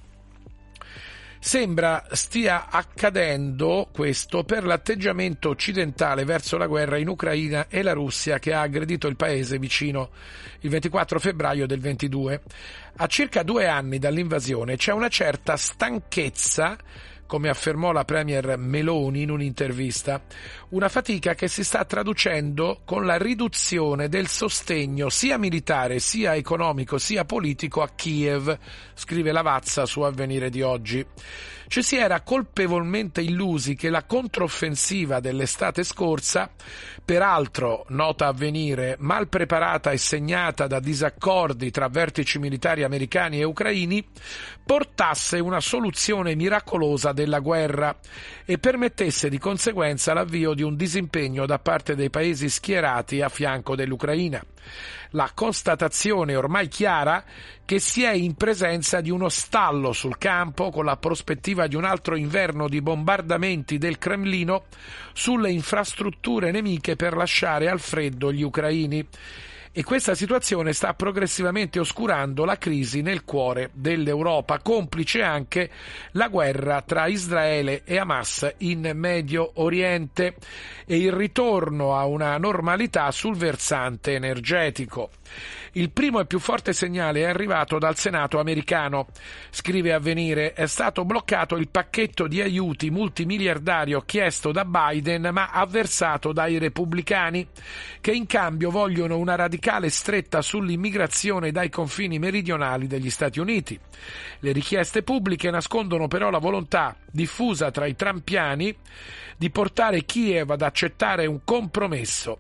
Sembra stia accadendo questo per l'atteggiamento occidentale verso la guerra in Ucraina e la Russia che ha aggredito il paese vicino il ventiquattro febbraio del ventidue. A circa due anni dall'invasione c'è una certa stanchezza, come affermò la premier Meloni in un'intervista, una fatica che si sta traducendo con la riduzione del sostegno sia militare, sia economico, sia politico a Kiev, scrive Lavazza su Avvenire di oggi. Ci si era colpevolmente illusi che la controffensiva dell'estate scorsa, peraltro, nota Avvenire, mal preparata e segnata da disaccordi tra vertici militari americani e ucraini, portasse una soluzione miracolosa della guerra e permettesse di conseguenza l'avvio di un disimpegno da parte dei paesi schierati a fianco dell'Ucraina. La constatazione ormai chiara che si è in presenza di uno stallo sul campo con la prospettiva di un altro inverno di bombardamenti del Cremlino sulle infrastrutture nemiche per lasciare al freddo gli ucraini. E questa situazione sta progressivamente oscurando la crisi nel cuore dell'Europa, complice anche la guerra tra Israele e Hamas in Medio Oriente e il ritorno a una normalità sul versante energetico. Il primo e più forte segnale è arrivato dal Senato americano. Scrive Avvenire, è stato bloccato il pacchetto di aiuti multimiliardario chiesto da Biden ma avversato dai repubblicani, che in cambio vogliono una radicale stretta sull'immigrazione dai confini meridionali degli Stati Uniti. Le richieste pubbliche nascondono però la volontà diffusa tra i trampiani di portare Kiev ad accettare un compromesso.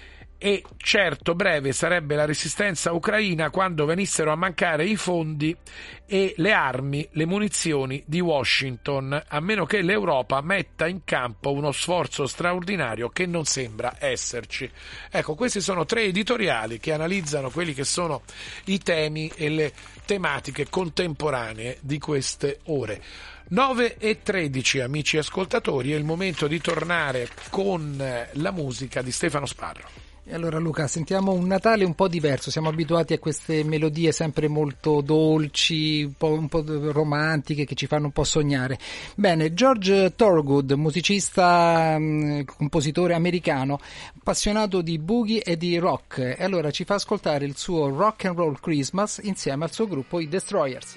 E certo breve sarebbe la resistenza ucraina quando venissero a mancare i fondi e le armi, le munizioni di Washington, a meno che l'Europa metta in campo uno sforzo straordinario che non sembra esserci. Ecco, questi sono tre editoriali che analizzano quelli che sono i temi e le tematiche contemporanee di queste ore. nove e tredici, amici ascoltatori, è il momento di tornare con la musica di Stefano Sparro. E allora Luca, sentiamo un Natale un po' diverso, siamo abituati a queste melodie sempre molto dolci, un po', un po' romantiche che ci fanno un po' sognare. Bene, George Thorogood, musicista, mh, compositore americano, appassionato di boogie e di rock, e allora ci fa ascoltare il suo Rock and Roll Christmas insieme al suo gruppo i Destroyers.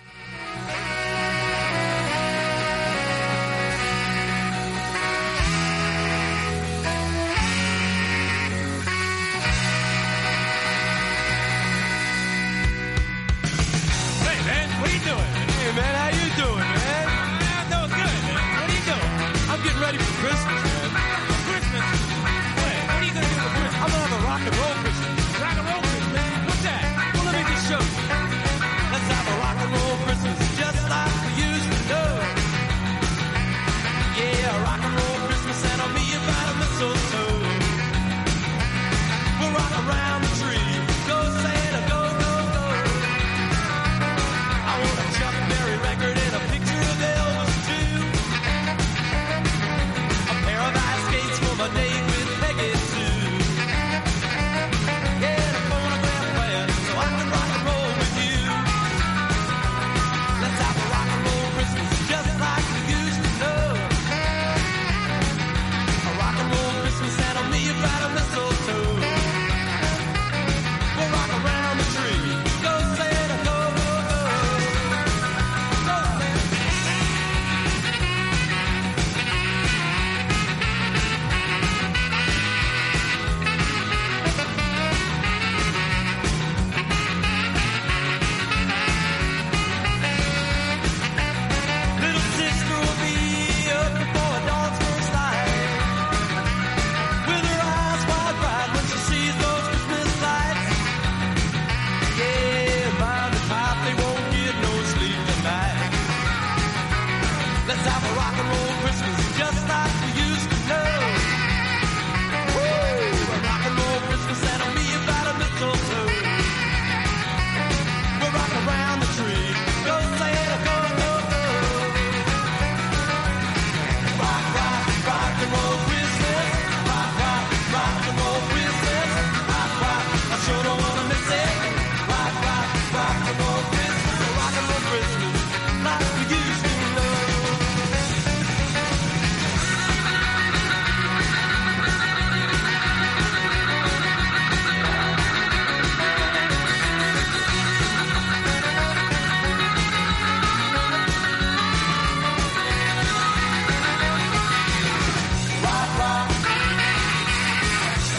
Ready for Christmas, man. Christmas.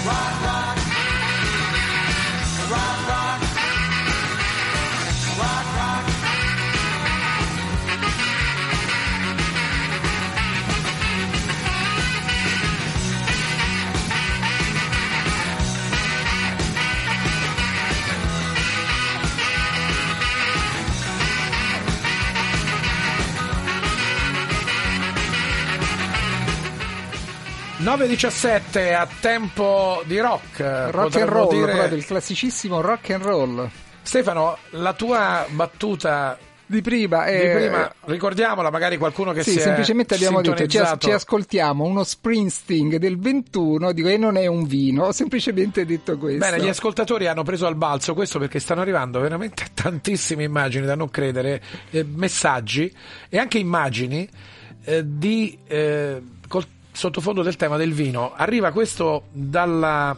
nove e diciassette a tempo di rock. Rock and roll, dire... proprio il classicissimo rock and roll. Stefano, la tua battuta di prima, di eh, prima ricordiamola, magari qualcuno che sì, si è semplicemente abbiamo detto ci, as- ci ascoltiamo uno Springsteen del ventuno, dico, e non è un vino, ho semplicemente detto questo. Bene, gli ascoltatori hanno preso al balzo questo perché stanno arrivando veramente tantissime immagini da non credere, eh, messaggi e anche immagini eh, di eh, col sottofondo del tema del vino. Arriva questo dalla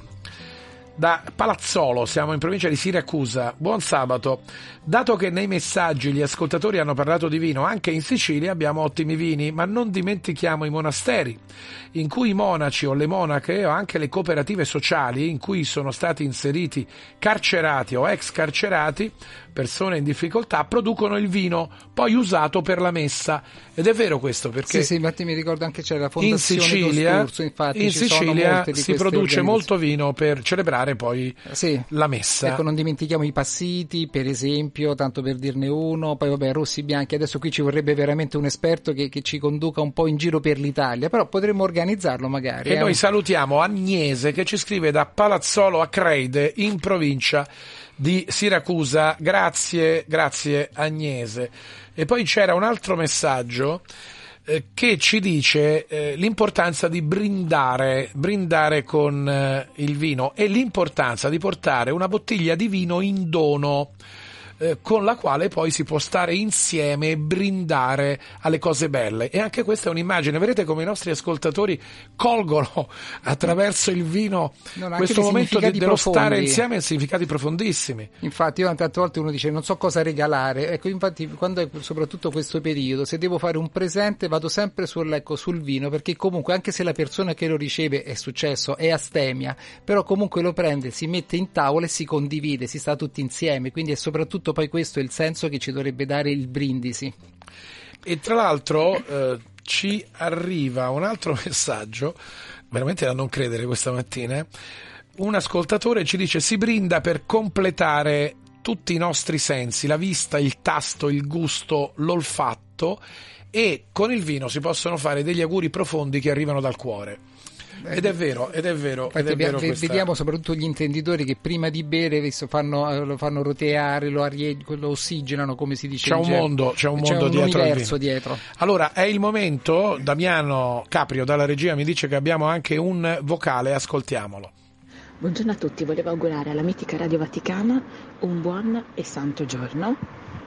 da Palazzolo, siamo in provincia di Siracusa. Buon sabato. Dato che nei messaggi gli ascoltatori hanno parlato di vino, anche in Sicilia abbiamo ottimi vini, ma non dimentichiamo i monasteri, in cui i monaci o le monache o anche le cooperative sociali in cui sono stati inseriti carcerati o ex carcerati, persone in difficoltà, producono il vino poi usato per la messa. Ed è vero questo, perché sì, sì, infatti mi ricordo anche c'è la fondazione in Sicilia, Costurzo, infatti in ci Sicilia sono si produce molto vino per celebrare poi sì. la messa. Ecco, non dimentichiamo i passiti, per esempio, tanto per dirne uno, poi vabbè, rossi bianchi. Adesso qui ci vorrebbe veramente un esperto che, che ci conduca un po' in giro per l'Italia, però potremmo organizzarlo magari. E eh? noi salutiamo Agnese che ci scrive da Palazzolo a Creide in provincia di Siracusa. Grazie, grazie Agnese. E poi c'era un altro messaggio eh, che ci dice eh, l'importanza di brindare, brindare con eh, il vino e l'importanza di portare una bottiglia di vino in dono, eh, con la quale poi si può stare insieme e brindare alle cose belle. E anche questa è un'immagine, vedete come i nostri ascoltatori colgono attraverso il vino no, questo momento di, dello profondi. Stare insieme, significati profondissimi. Infatti io tante volte uno dice non so cosa regalare, ecco, infatti quando è soprattutto questo periodo, se devo fare un presente vado sempre sul, ecco, sul vino, perché comunque anche se la persona che lo riceve, è successo, è astemia, però comunque lo prende, si mette in tavola e si condivide, si sta tutti insieme, quindi è soprattutto poi questo è il senso che ci dovrebbe dare il brindisi. E tra l'altro eh, ci arriva un altro messaggio, veramente da non credere questa mattina. Un ascoltatore ci dice: si brinda per completare tutti i nostri sensi, la vista, il tasto, il gusto, l'olfatto, e con il vino si possono fare degli auguri profondi che arrivano dal cuore. Ed è vero, ed è vero, ed è vero questa... Vediamo soprattutto gli intenditori che prima di bere visto, fanno, lo fanno roteare, lo, arie... lo ossigenano, come si dice. C'è un mondo, c'è un mondo c'è un dietro al vino. dietro. Allora, è il momento. Damiano Caprio dalla regia mi dice che abbiamo anche un vocale, ascoltiamolo. Buongiorno a tutti, volevo augurare alla mitica Radio Vaticana un buon e santo giorno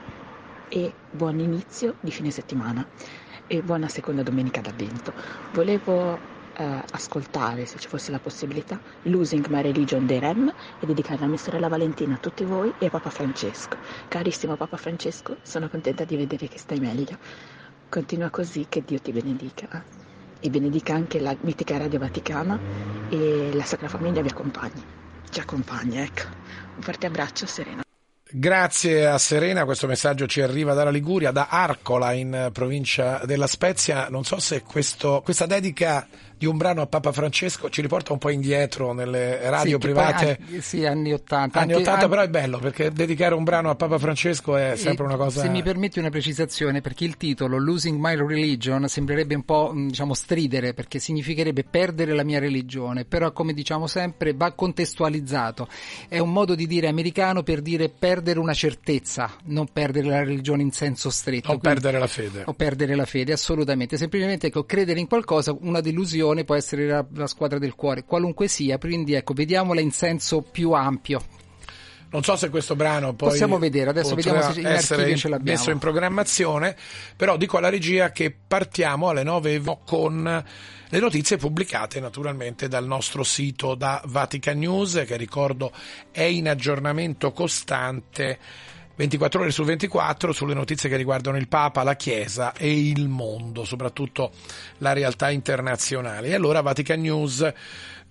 e buon inizio di fine settimana e buona seconda domenica d'Avvento. Volevo Uh, ascoltare, se ci fosse la possibilità, Losing My Religion dei Rem e dedicare a mia sorella Valentina, a tutti voi e a Papa Francesco. Carissimo Papa Francesco, sono contenta di vedere che stai meglio. Continua così, che Dio ti benedica e benedica anche la mitica Radio Vaticana e la Sacra Famiglia vi accompagni. Ci accompagna, ecco. Un forte abbraccio, Serena. Grazie a Serena, questo messaggio ci arriva dalla Liguria, da Arcola in provincia della Spezia. Non so se questo, questa dedica di un brano a Papa Francesco ci riporta un po' indietro nelle radio sì, private. Poi, sì, anni ottanta. Anni anche, ottanta, an... però è bello, perché dedicare un brano a Papa Francesco è sempre una cosa... Se mi permetti una precisazione, perché il titolo Losing My Religion sembrerebbe un po', diciamo, stridere, perché significherebbe perdere la mia religione, però come diciamo sempre va contestualizzato. È un modo di dire americano per dire perdere una certezza, non perdere la religione in senso stretto. O Quindi, perdere la fede. O perdere la fede, assolutamente. Semplicemente, ecco, credere in qualcosa, una delusione può essere la, la squadra del cuore, qualunque sia, quindi ecco, vediamola in senso più ampio. Non so se questo brano poi possiamo vedere, adesso vediamo se in archivio ce l'abbiamo. Messo in programmazione, però dico alla regia che partiamo alle nove con le notizie pubblicate naturalmente dal nostro sito, da Vatican News, che ricordo è in aggiornamento costante ventiquattro ore su ventiquattro sulle notizie che riguardano il Papa, la Chiesa e il mondo, soprattutto la realtà internazionale. E allora Vatican News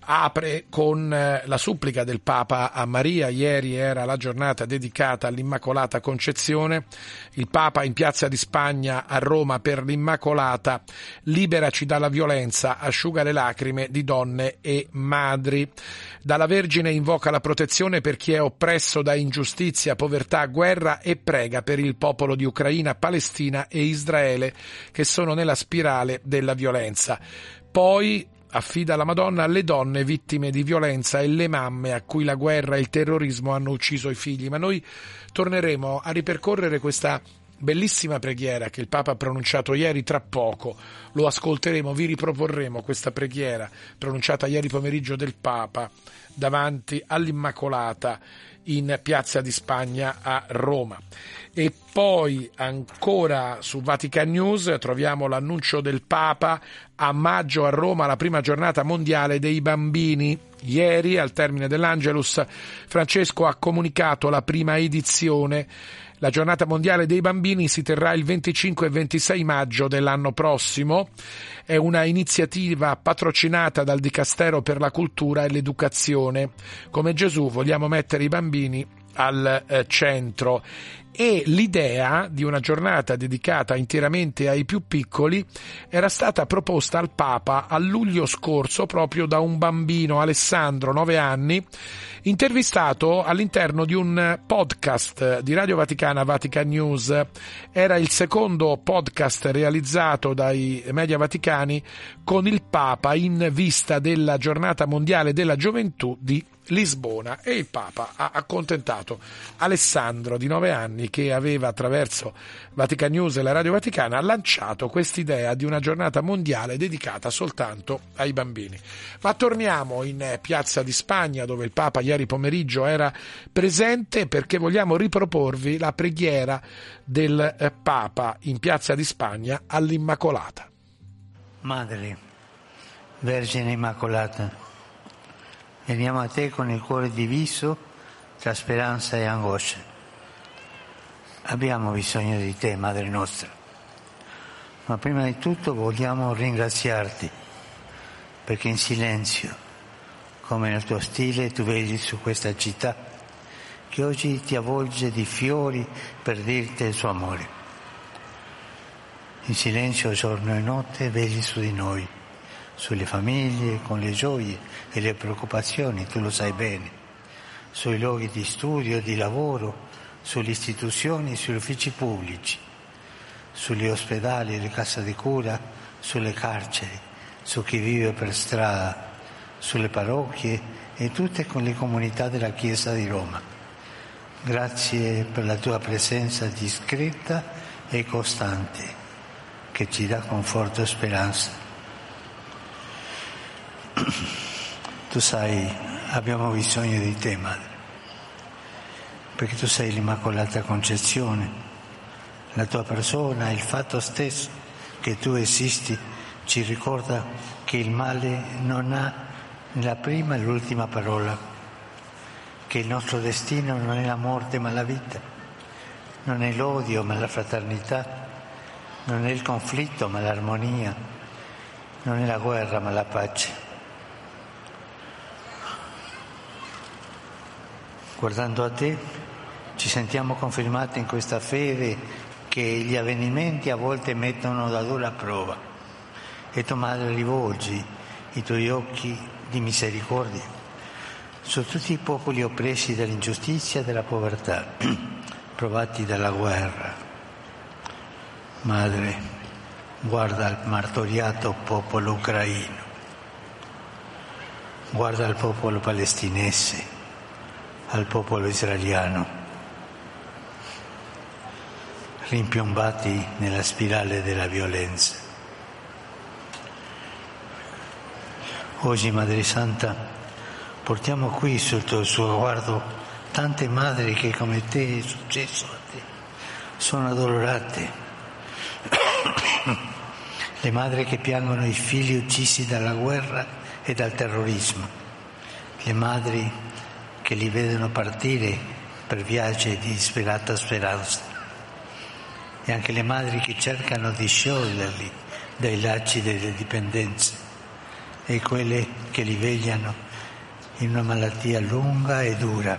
apre con eh, la supplica del Papa a Maria. Ieri era la giornata dedicata all'Immacolata Concezione. Il Papa in Piazza di Spagna a Roma per l'Immacolata: liberaci dalla violenza, asciuga le lacrime di donne e madri. Dalla Vergine invoca la protezione per chi è oppresso da ingiustizia, povertà, guerra e prega per il popolo di Ucraina, Palestina e Israele che sono nella spirale della violenza. Poi affida alla Madonna le donne vittime di violenza e le mamme a cui la guerra e il terrorismo hanno ucciso i figli. Ma noi torneremo a ripercorrere questa bellissima preghiera che il Papa ha pronunciato ieri tra poco. Lo ascolteremo, vi riproporremo questa preghiera pronunciata ieri pomeriggio del Papa davanti all'Immacolata in Piazza di Spagna a Roma. E poi ancora su Vatican News troviamo l'annuncio del Papa: a maggio a Roma la prima giornata mondiale dei bambini. Ieri, al termine dell'Angelus, Francesco ha comunicato la prima edizione. La giornata mondiale dei bambini si terrà il venticinque e ventisei maggio dell'anno prossimo. È una iniziativa patrocinata dal Dicastero per la Cultura e l'Educazione. Come Gesù vogliamo mettere i bambini al eh, centro. E l'idea di una giornata dedicata interamente ai più piccoli era stata proposta al Papa a luglio scorso proprio da un bambino, Alessandro, nove anni, intervistato all'interno di un podcast di Radio Vaticana, Vatican News. Era il secondo podcast realizzato dai media vaticani con il Papa in vista della Giornata Mondiale della Gioventù di Lisbona, e il Papa ha accontentato Alessandro di nove anni che aveva attraverso Vatican News e la Radio Vaticana lanciato quest'idea di una giornata mondiale dedicata soltanto ai bambini. Ma torniamo in Piazza di Spagna, dove il Papa ieri pomeriggio era presente, perché vogliamo riproporvi la preghiera del Papa in Piazza di Spagna all'Immacolata. Madre, Vergine Immacolata, veniamo a te con il cuore diviso tra speranza e angoscia. Abbiamo bisogno di te, Madre nostra, ma prima di tutto vogliamo ringraziarti perché in silenzio, come nel tuo stile, tu vedi su questa città che oggi ti avvolge di fiori per dirti il suo amore. In silenzio, giorno e notte, vedi su di noi, sulle famiglie, con le gioie e le preoccupazioni, tu lo sai bene, sui luoghi di studio, di lavoro, sulle istituzioni, sugli uffici pubblici, sugli ospedali, le case di cura, sulle carceri, su chi vive per strada, sulle parrocchie e tutte con le comunità della Chiesa di Roma. Grazie per la tua presenza discreta e costante che ci dà conforto e speranza. Tu sai, abbiamo bisogno di te, Madre, perché tu sei l'Immacolata Concezione. La tua persona, il fatto stesso che tu esisti, ci ricorda che il male non ha né la prima e l'ultima parola, che il nostro destino non è la morte ma la vita, non è l'odio ma la fraternità, non è il conflitto ma l'armonia, non è la guerra ma la pace. Guardando a te ci sentiamo confermati in questa fede che gli avvenimenti a volte mettono da dura prova, e tu, Madre, rivolgi i tuoi occhi di misericordia su tutti i popoli oppressi dall'ingiustizia e dalla povertà, provati dalla guerra. Madre, guarda il martoriato popolo ucraino, guarda il popolo palestinese, al popolo israeliano, rimpiombati nella spirale della violenza. Oggi, Madre Santa, portiamo qui sotto il suo guardo tante madri che, come te è successo a te, sono addolorate. Le madri che piangono i figli uccisi dalla guerra e dal terrorismo, le madri che li vedono partire per viaggi di disperata speranza, e anche le madri che cercano di scioglierli dai lacci delle dipendenze, e quelle che li vegliano in una malattia lunga e dura.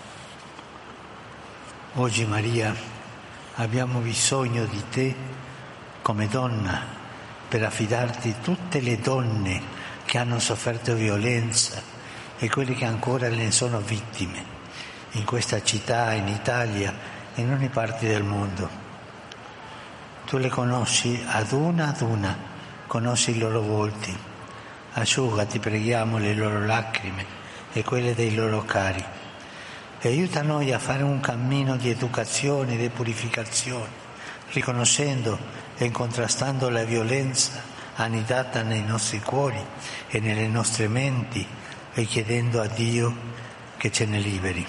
Oggi, Maria, abbiamo bisogno di te come donna per affidarti tutte le donne che hanno sofferto violenza e quelle che ancora ne sono vittime in questa città, in Italia e in ogni parte del mondo. Tu le conosci ad una ad una, conosci i loro volti. Asciuga, ti preghiamo, le loro lacrime e quelle dei loro cari. E aiuta noi a fare un cammino di educazione e di purificazione, riconoscendo e contrastando la violenza annidata nei nostri cuori e nelle nostre menti e chiedendo a Dio che ce ne liberi.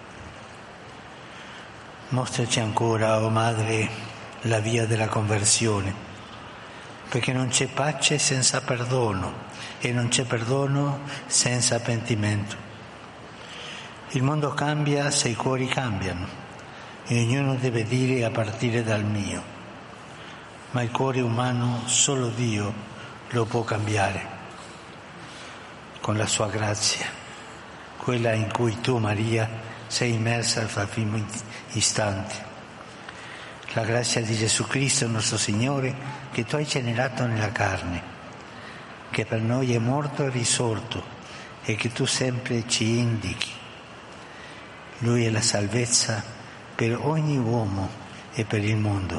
Mostraci ancora, o oh Madre, la via della conversione, perché non c'è pace senza perdono e non c'è perdono senza pentimento. Il mondo cambia se i cuori cambiano e ognuno deve dire a partire dal mio, ma il cuore umano solo Dio lo può cambiare con la sua grazia, quella in cui tu, Maria, sei immersa al primo istante. La grazia di Gesù Cristo, nostro Signore, che tu hai generato nella carne, che per noi è morto e risorto e che tu sempre ci indichi. Lui è la salvezza per ogni uomo e per il mondo.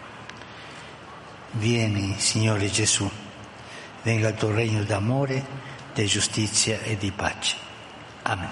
Vieni, Signore Gesù, venga il tuo regno d'amore, di giustizia e di pace. Amen.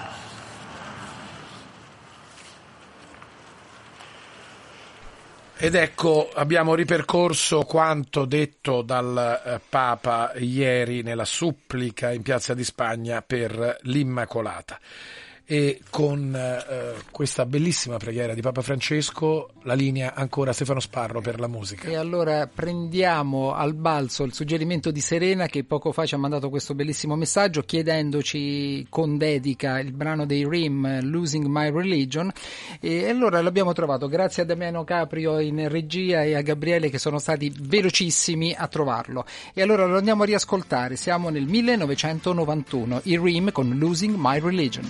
Ed ecco, abbiamo ripercorso quanto detto dal eh, Papa ieri nella supplica in Piazza di Spagna per l'Immacolata. E con eh, questa bellissima preghiera di Papa Francesco, la linea ancora a Stefano Sparro per la musica. E allora prendiamo al balzo il suggerimento di Serena, che poco fa ci ha mandato questo bellissimo messaggio chiedendoci con dedica il brano dei R I M, Losing My Religion, e allora l'abbiamo trovato grazie a Damiano Caprio in regia e a Gabriele, che sono stati velocissimi a trovarlo. E allora lo andiamo a riascoltare. Siamo nel millenovecentonovantuno, i R I M con Losing My Religion.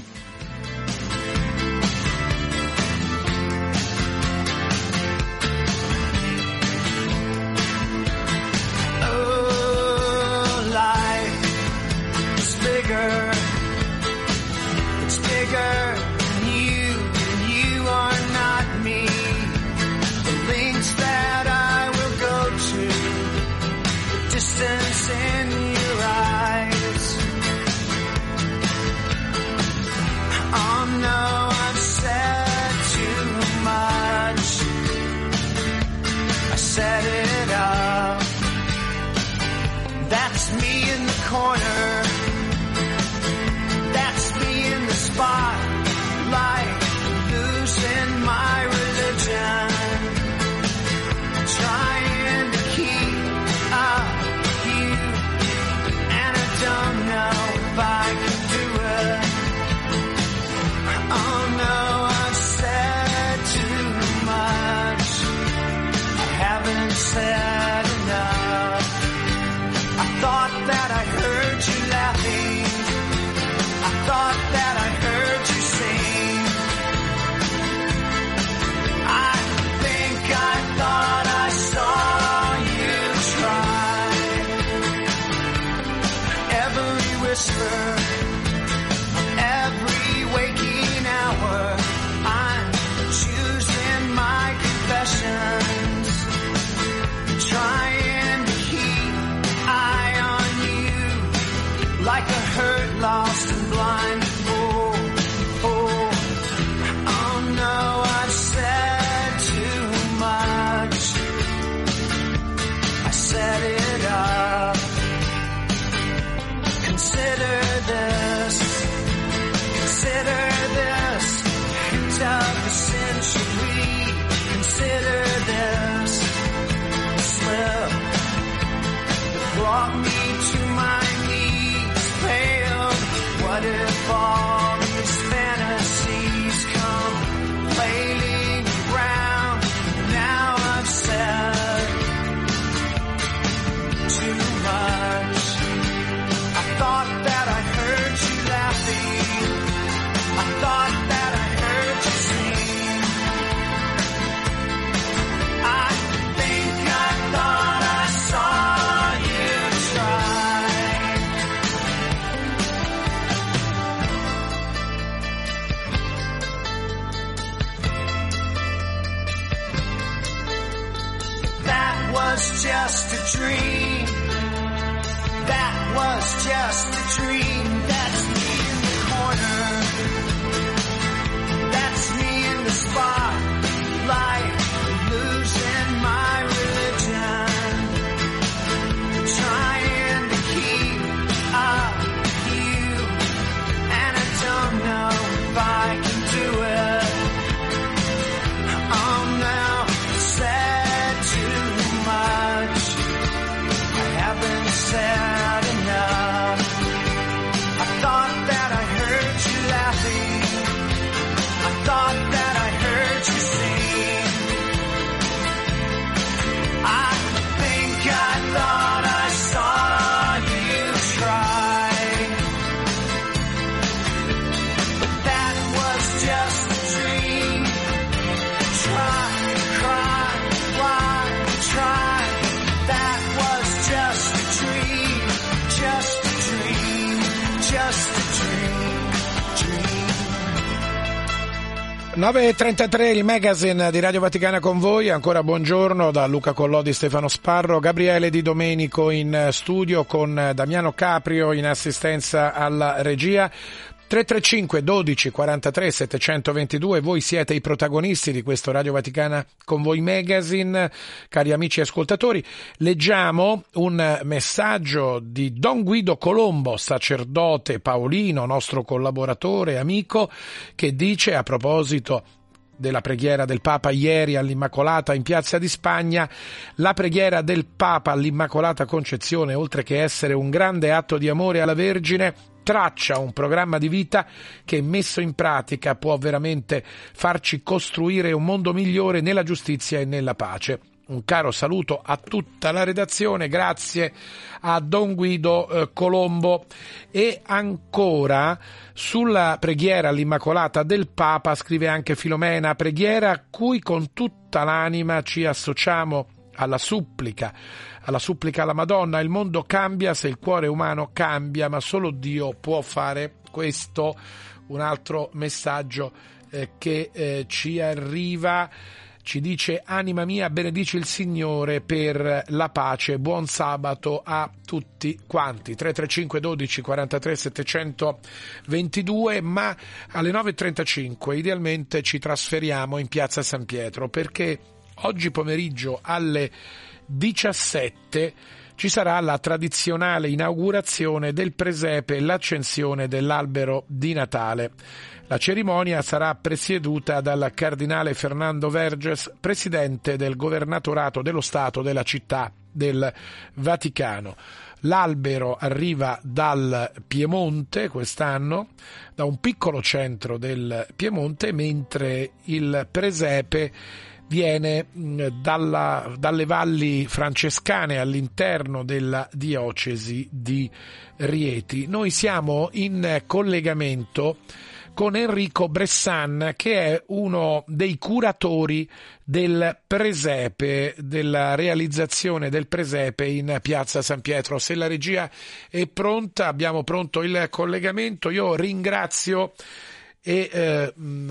It's bigger than you, and you are not me. The links that I will go to, the distance in your eyes. Oh no, I've said too much. I set it up. That's me in the corner. Spotlight, losing my religion, trying to keep up with you, and I don't know if I can do it. Oh no, I've said too much, I haven't said enough. I thought that I heard you laughing, I thought that I heard you sing. I think I thought I saw you try. Every whisper, every waking hour, I'm choosing my confessions, trying to keep eye on you like a hurt, lost and blind. Oh, oh, oh no, I've said too much. I set it up. Consider this, consider this, hint of the century. Consider this slip that brought me to my knees, pale. What if all these fantasies come flailing around? Now I've said too much. I thought was just a dream. That was just a dream. That's me in the corner. That's me in the spotlight, losing my religion, trying to keep up with you, and I don't know if I can do it. I'm now said too much. I haven't said enough. I thought that I heard you laughing. I thought that I heard you sing. I think I thought I saw you try. But that was just a dream. Try, cry, why, try. That was just a dream. Just a dream. Just a dream. Dream. nove e trentatré, il magazine di Radio Vaticana con voi, ancora buongiorno da Luca Collodi, Stefano Sparro, Gabriele Di Domenico in studio con Damiano Caprio in assistenza alla regia. tre tre cinque dodici quarantatré settecentoventidue, voi siete i protagonisti di questo Radio Vaticana con voi magazine, cari amici ascoltatori. Leggiamo un messaggio di Don Guido Colombo, sacerdote paolino, nostro collaboratore, amico, che dice a proposito della preghiera del Papa ieri all'Immacolata in Piazza di Spagna: la preghiera del Papa all'Immacolata Concezione, oltre che essere un grande atto di amore alla Vergine, traccia un programma di vita che, messo in pratica, può veramente farci costruire un mondo migliore nella giustizia e nella pace. Un caro saluto a tutta la redazione, grazie a Don Guido eh, Colombo. E ancora sulla preghiera all'Immacolata del Papa scrive anche Filomena: preghiera a cui con tutta l'anima ci associamo alla supplica, alla supplica alla Madonna. Il mondo cambia se il cuore umano cambia, ma solo Dio può fare questo. Un altro messaggio eh, che eh, ci arriva ci dice: anima mia, benedici il Signore per la pace. Buon sabato a tutti quanti. tre tre cinque dodici quarantatré settecentoventidue, ma alle nove e trentacinque idealmente ci trasferiamo in Piazza San Pietro, perché oggi pomeriggio alle diciassette ci sarà la tradizionale inaugurazione del presepe e l'accensione dell'albero di Natale. La cerimonia sarà presieduta dal cardinale Fernando Verges, presidente del governatorato dello Stato della Città del Vaticano. L'albero arriva dal Piemonte quest'anno, da un piccolo centro del Piemonte, mentre il presepe viene dalla, dalle valli francescane all'interno della diocesi di Rieti. Noi siamo in collegamento con Enrico Bressan, che è uno dei curatori del presepe, della realizzazione del presepe in Piazza San Pietro. Se la regia è pronta, abbiamo pronto il collegamento. Io ringrazio e eh,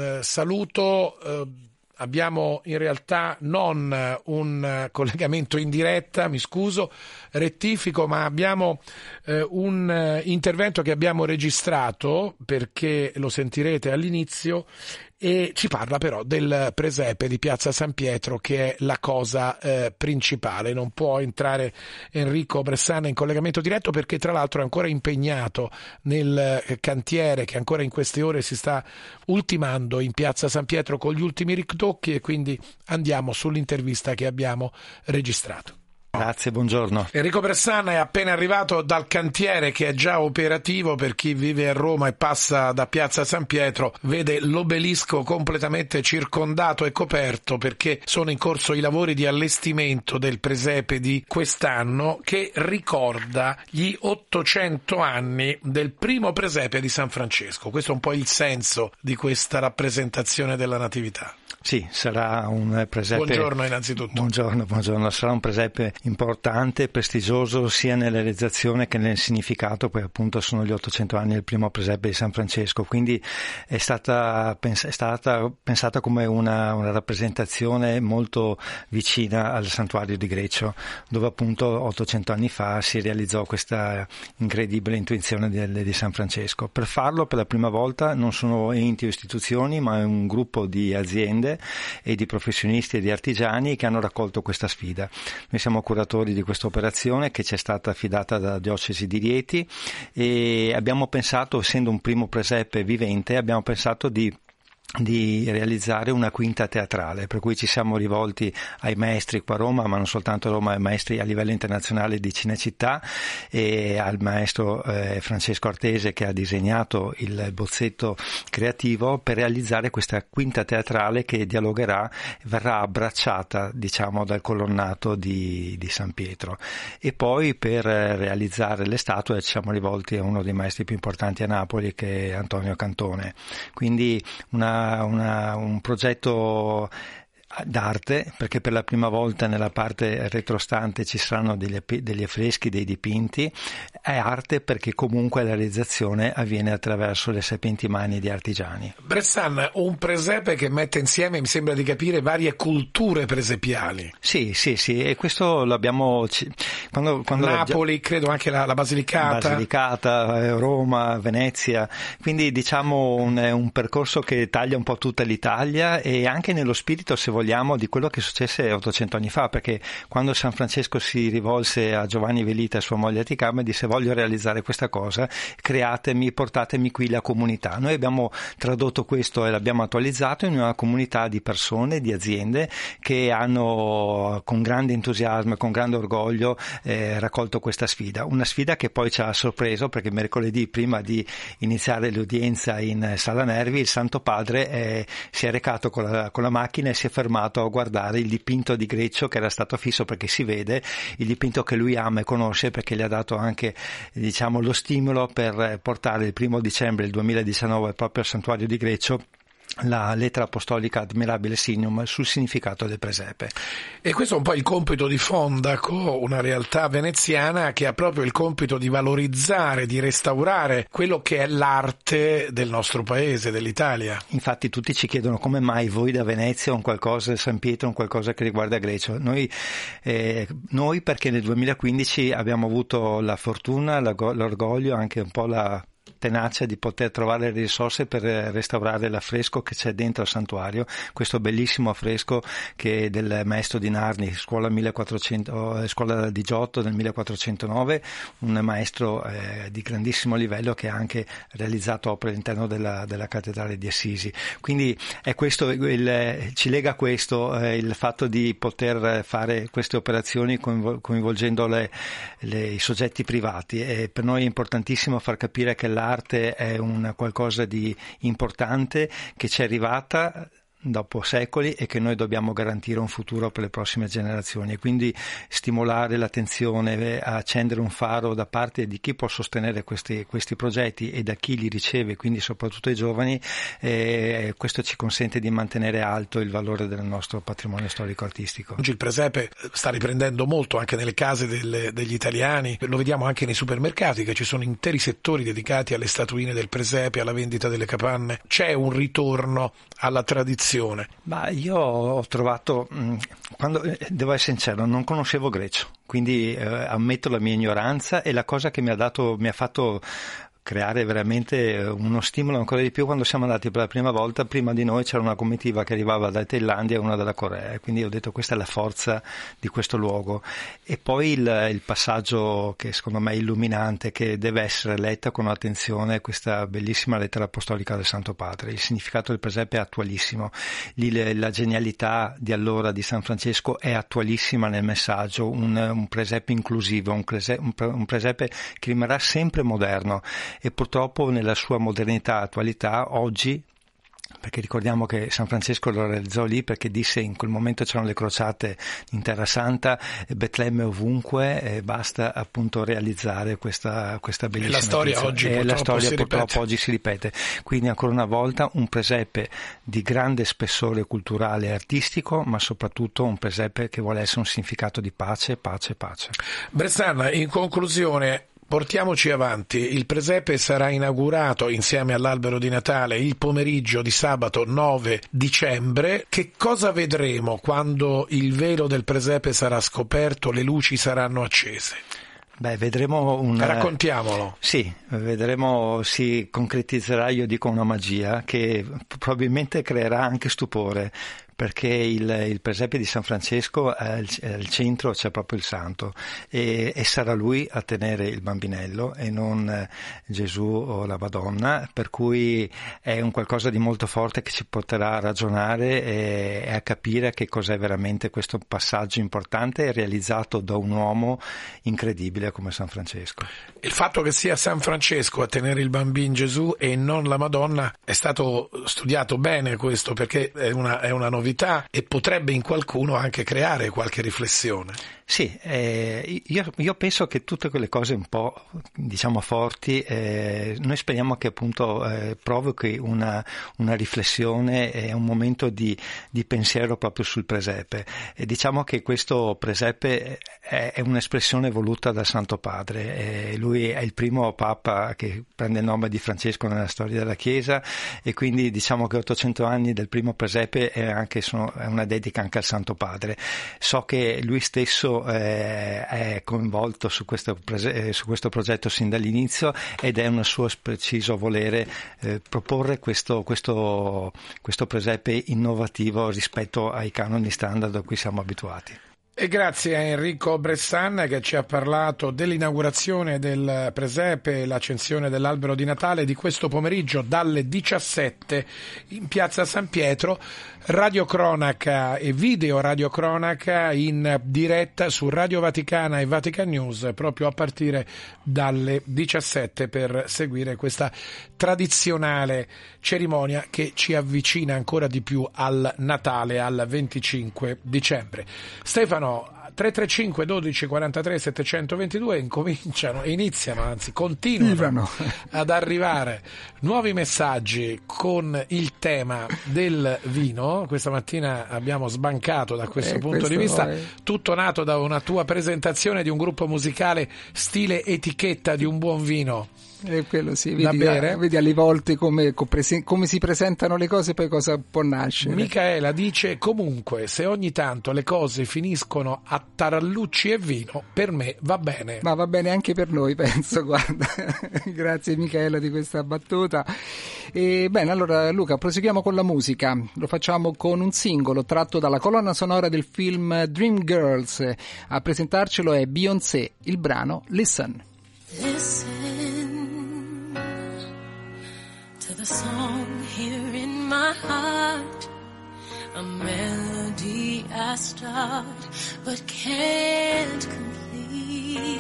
saluto. Eh, Abbiamo in realtà non un collegamento in diretta, mi scuso, rettifico, ma abbiamo eh, un intervento che abbiamo registrato, perché lo sentirete all'inizio, e ci parla però del presepe di Piazza San Pietro, che è la cosa eh, principale. Non può entrare Enrico Bressan in collegamento diretto perché tra l'altro è ancora impegnato nel cantiere che ancora in queste ore si sta ultimando in Piazza San Pietro con gli ultimi ritocchi, e quindi andiamo sull'intervista che abbiamo registrato. Grazie, buongiorno. Enrico Bressan è appena arrivato dal cantiere, che è già operativo. Per chi vive a Roma e passa da Piazza San Pietro vede l'obelisco completamente circondato e coperto, perché sono in corso i lavori di allestimento del presepe di quest'anno, che ricorda gli ottocento anni del primo presepe di San Francesco. Questo è un po' il senso di questa rappresentazione della Natività. Sì, sarà un presepe. Buongiorno innanzitutto. Buongiorno, buongiorno. Sarà un presepe importante, prestigioso sia nella realizzazione che nel significato, poi appunto sono gli ottocento anni del primo presepe di San Francesco, quindi è stata, è stata pensata come una, una rappresentazione molto vicina al santuario di Greccio, dove appunto ottocento anni fa si realizzò questa incredibile intuizione di, di San Francesco. Per farlo per la prima volta non sono enti o istituzioni, ma è un gruppo di aziende e di professionisti e di artigiani che hanno raccolto questa sfida. Noi siamo curatori di questa operazione che ci è stata affidata dalla diocesi di Rieti e abbiamo pensato, essendo un primo presepe vivente, abbiamo pensato di di realizzare una quinta teatrale, per cui ci siamo rivolti ai maestri qua a Roma, ma non soltanto a Roma, ai maestri a livello internazionale di Cinecittà e al maestro eh, Francesco Artese, che ha disegnato il bozzetto creativo per realizzare questa quinta teatrale che dialogherà, verrà abbracciata diciamo dal colonnato di, di San Pietro. E poi per realizzare le statue ci siamo rivolti a uno dei maestri più importanti a Napoli, che è Antonio Cantone. Quindi una Una, un progetto d'arte, perché per la prima volta nella parte retrostante ci saranno degli, degli affreschi, dei dipinti. È arte perché comunque la realizzazione avviene attraverso le sapienti mani di artigiani. Bressan, un presepe che mette insieme, mi sembra di capire, varie culture presepiali. Sì, sì, sì, e questo l'abbiamo quando, quando Napoli, credo anche la, la Basilicata Basilicata, Roma, Venezia, quindi diciamo un, un percorso che taglia un po' tutta l'Italia e anche nello spirito, se vogliamo, di quello che successe ottocento anni fa, perché quando San Francesco si rivolse a Giovanni Velita e sua moglie Aticama disse: voglio realizzare questa cosa, createmi, portatemi qui la comunità. Noi abbiamo tradotto questo e l'abbiamo attualizzato in una comunità di persone, di aziende che hanno con grande entusiasmo e con grande orgoglio eh, raccolto questa sfida, una sfida che poi ci ha sorpreso, perché mercoledì, prima di iniziare l'udienza in Sala Nervi, il Santo Padre eh, si è recato con la, con la macchina e si è fermato a guardare il dipinto di Greccio che era stato fisso, perché si vede il dipinto che lui ama e conosce, perché gli ha dato anche diciamo lo stimolo per portare il primo dicembre del duemiladiciannove proprio al santuario di Greccio la lettera apostolica Admirabile Signum sul significato del presepe. E questo è un po' il compito di Fondaco, una realtà veneziana che ha proprio il compito di valorizzare, di restaurare quello che è l'arte del nostro paese, dell'Italia. Infatti tutti ci chiedono come mai voi da Venezia un qualcosa di San Pietro, un qualcosa che riguarda Greccio. Noi, eh, noi perché nel duemilaquindici abbiamo avuto la fortuna, l'orgoglio, anche un po' la tenacia di poter trovare le risorse per restaurare l'affresco che c'è dentro al santuario, questo bellissimo affresco che è del maestro di Narni, scuola millequattrocento, scuola di Giotto del millequattrocentonove, un maestro eh, di grandissimo livello che ha anche realizzato opere all'interno della, della cattedrale di Assisi. Quindi è questo il, ci lega a questo eh, il fatto di poter fare queste operazioni coinvol- coinvolgendo le, le, i soggetti privati. E per noi è importantissimo far capire che l'arte è un qualcosa di importante che ci è arrivata dopo secoli e che noi dobbiamo garantire un futuro per le prossime generazioni, e quindi stimolare l'attenzione, accendere un faro da parte di chi può sostenere questi, questi progetti e da chi li riceve, quindi soprattutto i giovani. Eh, questo ci consente di mantenere alto il valore del nostro patrimonio storico-artistico. Oggi il presepe sta riprendendo molto anche nelle case delle, degli italiani, lo vediamo anche nei supermercati, che ci sono interi settori dedicati alle statuine del presepe, alla vendita delle capanne. C'è un ritorno alla tradizione. Ma io ho trovato, quando, devo essere sincero, non conoscevo Greccio, quindi eh, ammetto la mia ignoranza, e la cosa che mi ha dato, mi ha fatto creare veramente uno stimolo ancora di più quando siamo andati per la prima volta. Prima di noi c'era una comitiva che arrivava dalla Thailandia e una dalla Corea, quindi ho detto questa è la forza di questo luogo. E poi il, il passaggio che secondo me è illuminante, che deve essere letta con attenzione, questa bellissima lettera apostolica del Santo Padre. Il significato del presepe è attualissimo, la genialità di allora di San Francesco è attualissima nel messaggio, un, un presepe inclusivo, un presepe, un presepe che rimarrà sempre moderno. E purtroppo nella sua modernità, attualità, oggi perché ricordiamo che San Francesco lo realizzò lì perché disse in quel momento c'erano le crociate in Terra Santa, Betlemme ovunque, e basta appunto realizzare questa, questa bellissima e la storia pizza. oggi e purtroppo, la storia si, purtroppo ripete. oggi si ripete. Quindi ancora una volta un presepe di grande spessore culturale e artistico, ma soprattutto un presepe che vuole essere un significato di pace, pace, pace. Bressan, in conclusione, portiamoci avanti. Il presepe sarà inaugurato insieme all'albero di Natale il pomeriggio di sabato nove dicembre. Che cosa vedremo quando il velo del presepe sarà scoperto, le luci saranno accese? Beh, vedremo un... Raccontiamolo. Sì, vedremo, si concretizzerà, io dico, una magia che probabilmente creerà anche stupore, perché il, il presepe di San Francesco al, al centro c'è proprio il santo e, e sarà lui a tenere il bambinello e non eh, Gesù o la Madonna, per cui è un qualcosa di molto forte che ci porterà a ragionare e, e a capire che cos'è veramente questo passaggio importante realizzato da un uomo incredibile come San Francesco. Il fatto che sia San Francesco a tenere il bambino Gesù e non la Madonna è stato studiato bene, questo, perché è una, è una novità e potrebbe in qualcuno anche creare qualche riflessione. Sì, eh, io, io penso che tutte quelle cose un po', diciamo, forti, eh, noi speriamo che appunto eh, provochi una, una riflessione e un momento di, di pensiero proprio sul presepe. E diciamo che questo presepe è, è un'espressione voluta dal Santo Padre. Eh, lui è il primo Papa che prende il nome di Francesco nella storia della Chiesa e quindi diciamo che ottocento anni del primo presepe è anche sono, è una dedica anche al Santo Padre. So che lui stesso Eh, è coinvolto su questo, prese- su questo progetto sin dall'inizio ed è un suo preciso volere eh, proporre questo, questo, questo presepe innovativo rispetto ai canoni standard a cui siamo abituati. E grazie a Enrico Bressan che ci ha parlato dell'inaugurazione del presepe e l'accensione dell'albero di Natale di questo pomeriggio dalle diciassette in piazza San Pietro. Radiocronaca e video radiocronaca in diretta su Radio Vaticana e Vatican News proprio a partire dalle diciassette per seguire questa tradizionale cerimonia che ci avvicina ancora di più al Natale, al venticinque dicembre. Stefano, tre tre cinque dodici quarantatré settecentoventidue incominciano e iniziano, anzi continuano Ivano. ad arrivare nuovi messaggi con il tema del vino. Questa mattina abbiamo sbancato da questo eh, punto questo di vista, è... tutto nato da una tua presentazione di un gruppo musicale stile etichetta di un buon vino. E quello sì, da vedi, bere. vedi alle volte come, come si presentano le cose e poi cosa può nascere. Micaela dice: comunque se ogni tanto le cose finiscono a tarallucci e vino, per me va bene. Ma va bene anche per noi, penso, guarda. Grazie Micaela di questa battuta. E bene, allora Luca, proseguiamo con la musica. Lo facciamo con un singolo tratto dalla colonna sonora del film Dreamgirls. A presentarcelo è Beyoncé, il brano Listen. Listen to the song here in my heart, a melody I start but can't complete.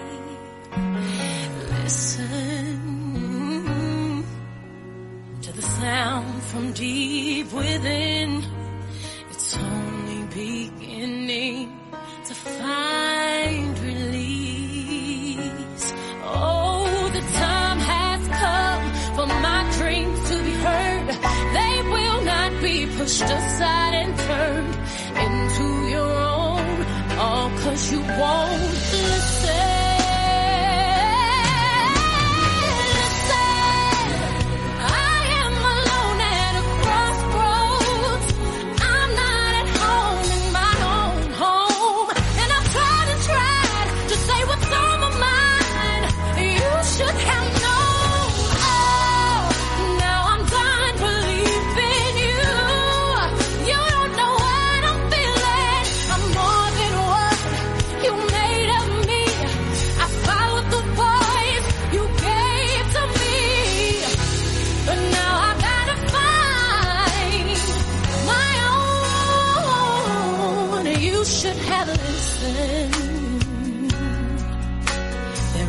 Listen to the sound from deep within, it's only beginning to find release. Oh, the time has come for my dreams to be heard. They will not be pushed aside and turned into your own, all 'cause you won't listen.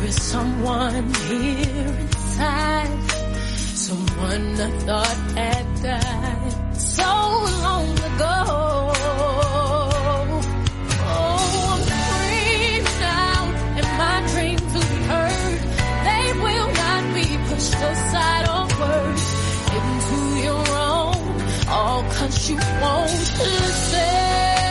Someone here inside, someone I thought had died so long ago. Oh, I'm free now, and my dreams will be heard. They will not be pushed aside or word into your own, all 'cause you won't listen.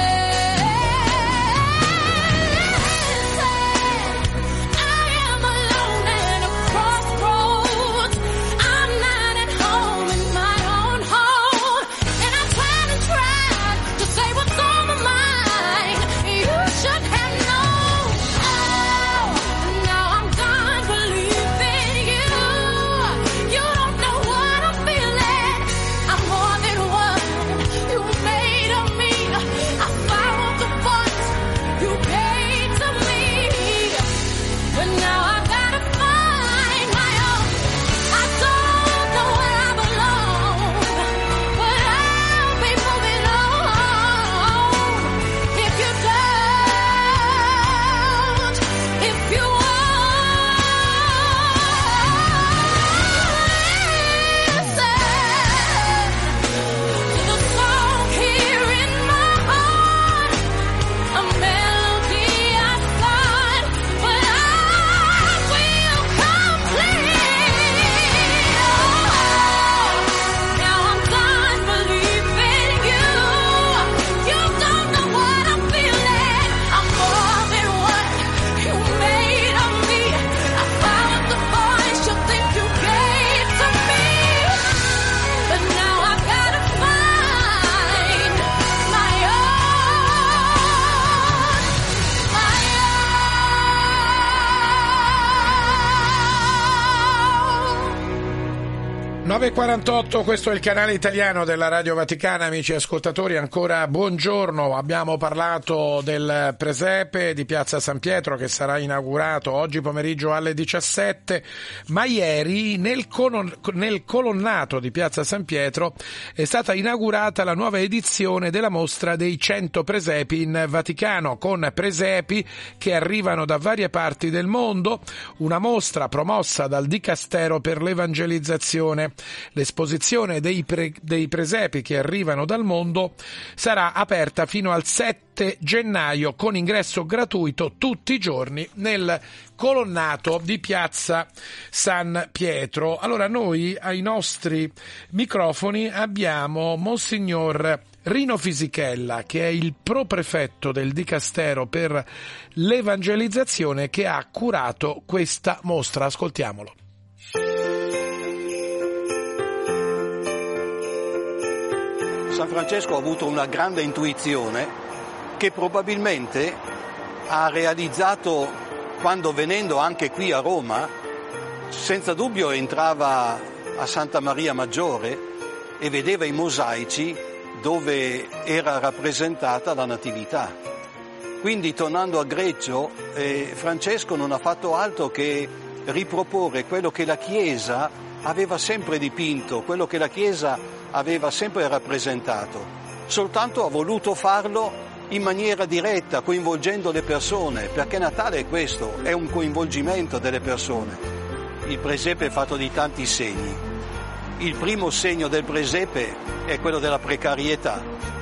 nove e quarantotto, questo è il canale italiano della Radio Vaticana. Amici ascoltatori, ancora buongiorno. Abbiamo parlato del presepe di Piazza San Pietro che sarà inaugurato oggi pomeriggio alle diciassette, ma ieri nel, colon- nel colonnato di Piazza San Pietro è stata inaugurata la nuova edizione della mostra dei cento presepi in Vaticano, con presepi che arrivano da varie parti del mondo, una mostra promossa dal Dicastero per l'Evangelizzazione. L'esposizione dei, pre- dei presepi che arrivano dal mondo sarà aperta fino al sette gennaio con ingresso gratuito tutti i giorni nel colonnato di Piazza San Pietro. Allora noi ai nostri microfoni abbiamo Monsignor Rino Fisichella, che è il proprefetto del Dicastero per l'Evangelizzazione, che ha curato questa mostra. Ascoltiamolo. San Francesco ha avuto una grande intuizione che probabilmente ha realizzato quando, venendo anche qui a Roma, senza dubbio entrava a Santa Maria Maggiore e vedeva i mosaici dove era rappresentata la Natività. Quindi, tornando a Greccio, eh, Francesco non ha fatto altro che riproporre quello che la Chiesa aveva sempre dipinto, quello che la Chiesa aveva sempre rappresentato, soltanto ha voluto farlo in maniera diretta, coinvolgendo le persone, perché Natale è questo, è un coinvolgimento delle persone. Il presepe è fatto di tanti segni. Il primo segno del presepe è quello della precarietà.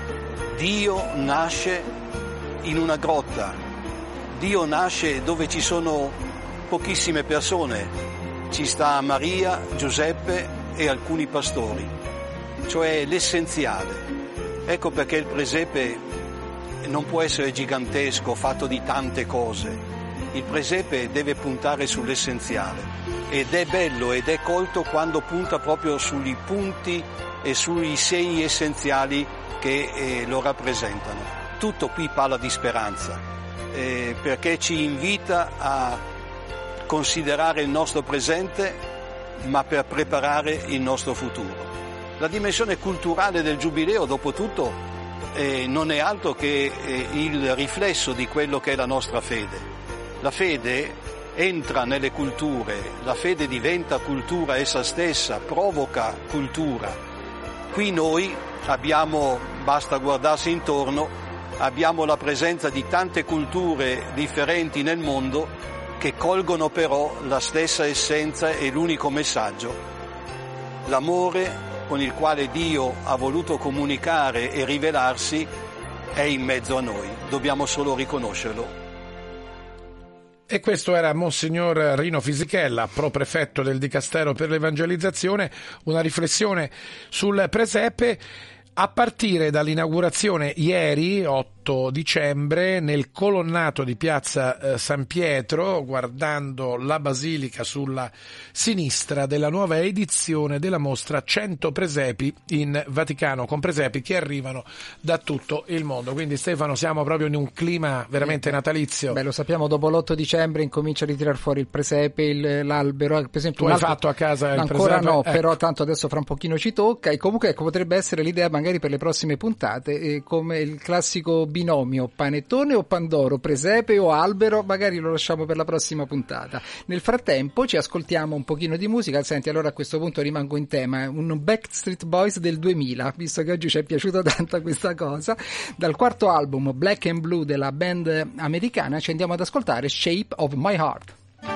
Dio nasce in una grotta, Dio nasce dove ci sono pochissime persone, ci sta Maria, Giuseppe e alcuni pastori, cioè l'essenziale. Ecco perché il presepe non può essere gigantesco, fatto di tante cose. Il presepe deve puntare sull'essenziale ed è bello ed è colto quando punta proprio sui punti e sui segni essenziali che eh, lo rappresentano. Tutto qui parla di speranza, eh, perché ci invita a considerare il nostro presente, ma per preparare il nostro futuro. La dimensione culturale del Giubileo, dopo tutto, eh, non è altro che eh, il riflesso di quello che è la nostra fede. La fede entra nelle culture, la fede diventa cultura essa stessa, provoca cultura. Qui noi abbiamo, basta guardarsi intorno, abbiamo la presenza di tante culture differenti nel mondo che colgono però la stessa essenza e l'unico messaggio: l'amore con il quale Dio ha voluto comunicare e rivelarsi è in mezzo a noi, dobbiamo solo riconoscerlo. E questo era Monsignor Rino Fisichella, pro-prefetto del Dicastero per l'Evangelizzazione, una riflessione sul presepe a partire dall'inaugurazione ieri, otto dicembre, nel colonnato di piazza eh, San Pietro, guardando la basilica sulla sinistra della nuova edizione della mostra cento presepi in Vaticano, con presepi che arrivano da tutto il mondo. Quindi Stefano, siamo proprio in un clima veramente natalizio. Beh, lo sappiamo, dopo l'otto dicembre incomincia a ritirare fuori il presepe, il, l'albero, per esempio. Tu hai altro... fatto a casa il Ancora presepe? no, Ecco. però tanto adesso fra un pochino ci tocca, e comunque ecco, potrebbe essere l'idea magari per le prossime puntate, eh, come il classico binomio panettone o pandoro, presepe o albero, magari lo lasciamo per la prossima puntata. Nel frattempo ci ascoltiamo un pochino di musica. Senti, allora a questo punto rimango in tema, un Backstreet Boys del duemila, visto che oggi ci è piaciuta tanto questa cosa. Dal quarto album Black and Blue della band americana ci andiamo ad ascoltare Shape of My Heart.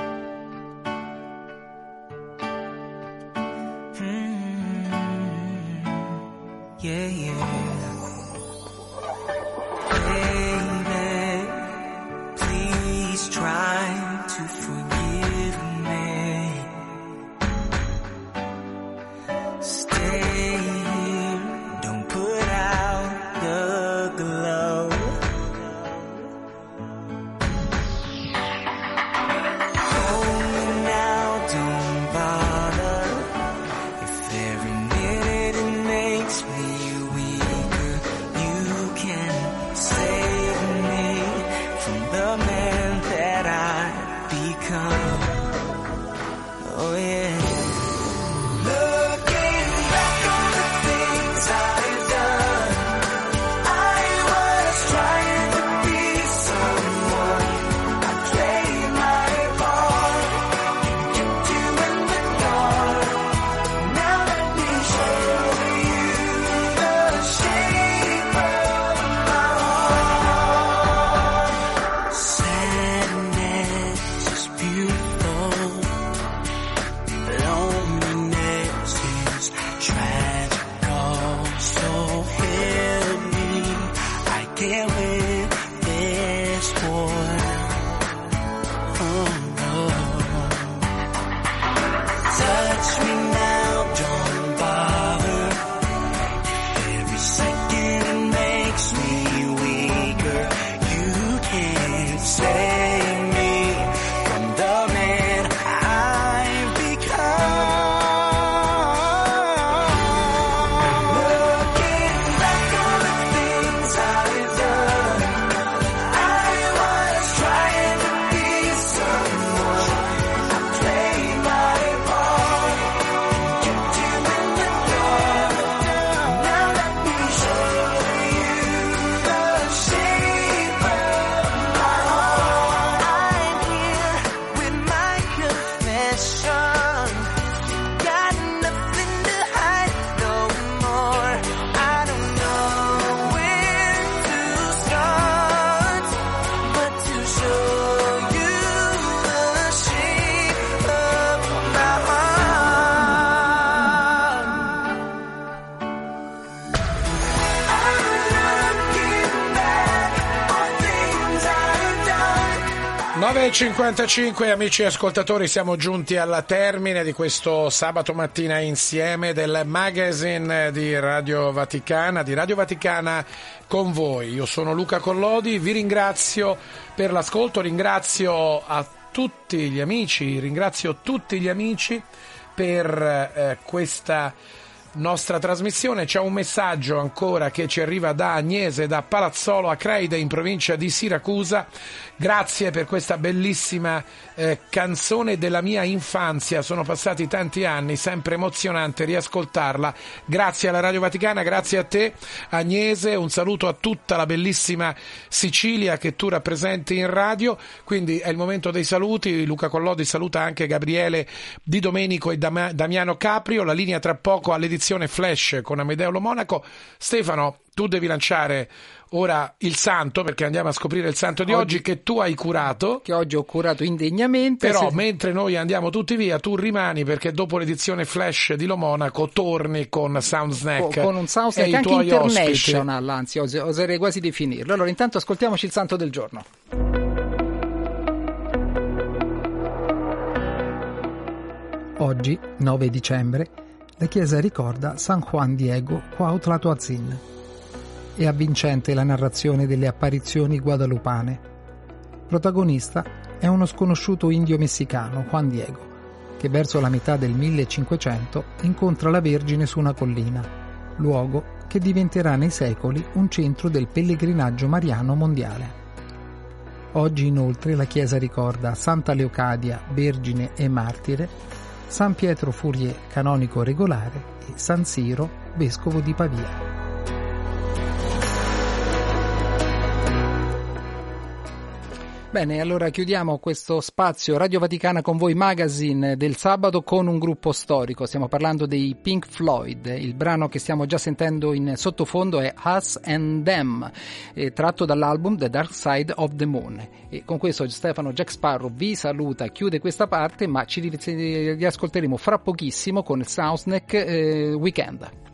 Yeah, yeah. Baby, please try to forgive me. Stay here, don't put out the glow. Hold me now, don't bother. If every minute it makes me oh yeah. Looking back on the things I've done, I was trying to be someone. I played my part, kept you in the dark. Now let me show you the shape of my heart. Sadness is beautiful. Loneliness is tragical, so help me, I can't win this war. Oh no. Touch me now, don't bother. If every second it makes me weaker, you can't save me from the man I've become. Looking back on the things I've done, I was trying to be someone. I played my part, kept you in the dark. Now let me show you the shape of my heart. I'm here with my confession. Got nothing to hide no more. I don't know where to start, but to show you the shape of my heart. I'm looking back on things I've done. nove e cinquantacinque, amici ascoltatori, siamo giunti al termine di questo sabato mattina insieme del magazine di Radio Vaticana, di Radio Vaticana con voi. Io sono Luca Collodi, vi ringrazio per l'ascolto, ringrazio a tutti gli amici, ringrazio tutti gli amici per eh, questa nostra trasmissione. C'è un messaggio ancora che ci arriva da Agnese, da Palazzolo Acreide in provincia di Siracusa. Grazie per questa bellissima eh, canzone della mia infanzia, sono passati tanti anni, sempre emozionante riascoltarla. Grazie alla Radio Vaticana, grazie a te Agnese, un saluto a tutta la bellissima Sicilia che tu rappresenti in radio. Quindi è il momento dei saluti. Luca Collodi saluta anche Gabriele Di Domenico e Dam- Damiano Caprio. La linea tra poco all'edizione l'edizione Flash con Amedeo Monaco. Stefano, tu devi lanciare ora il santo, perché andiamo a scoprire il santo di oggi, oggi che tu hai curato. Che oggi ho curato indegnamente. Però se... mentre noi andiamo tutti via, tu rimani, perché dopo l'edizione Flash di Lo Monaco torni con Soundsnack. Con, con un Soundsnack anche international, ospiti. Anzi oserei quasi definirlo. Allora intanto ascoltiamoci il santo del giorno. Oggi, nove dicembre, la Chiesa ricorda San Juan Diego Cuauhtlatoatzin. È avvincente la narrazione delle apparizioni guadalupane. Protagonista è uno sconosciuto indio messicano, Juan Diego, che verso la metà del millecinquecento incontra la Vergine su una collina, luogo che diventerà nei secoli un centro del pellegrinaggio mariano mondiale. Oggi inoltre la Chiesa ricorda Santa Leocadia, Vergine e Martire, San Pietro Fourier, canonico regolare, e San Siro, vescovo di Pavia. Bene, allora chiudiamo questo spazio Radio Vaticana con voi Magazine del sabato con un gruppo storico. Stiamo parlando dei Pink Floyd. Il brano che stiamo già sentendo in sottofondo è Us and Them, eh, tratto dall'album The Dark Side of the Moon. E con questo Stefano Jack Sparrow vi saluta, chiude questa parte, ma ci riascolteremo fra pochissimo con il Soundsnack eh, Weekend.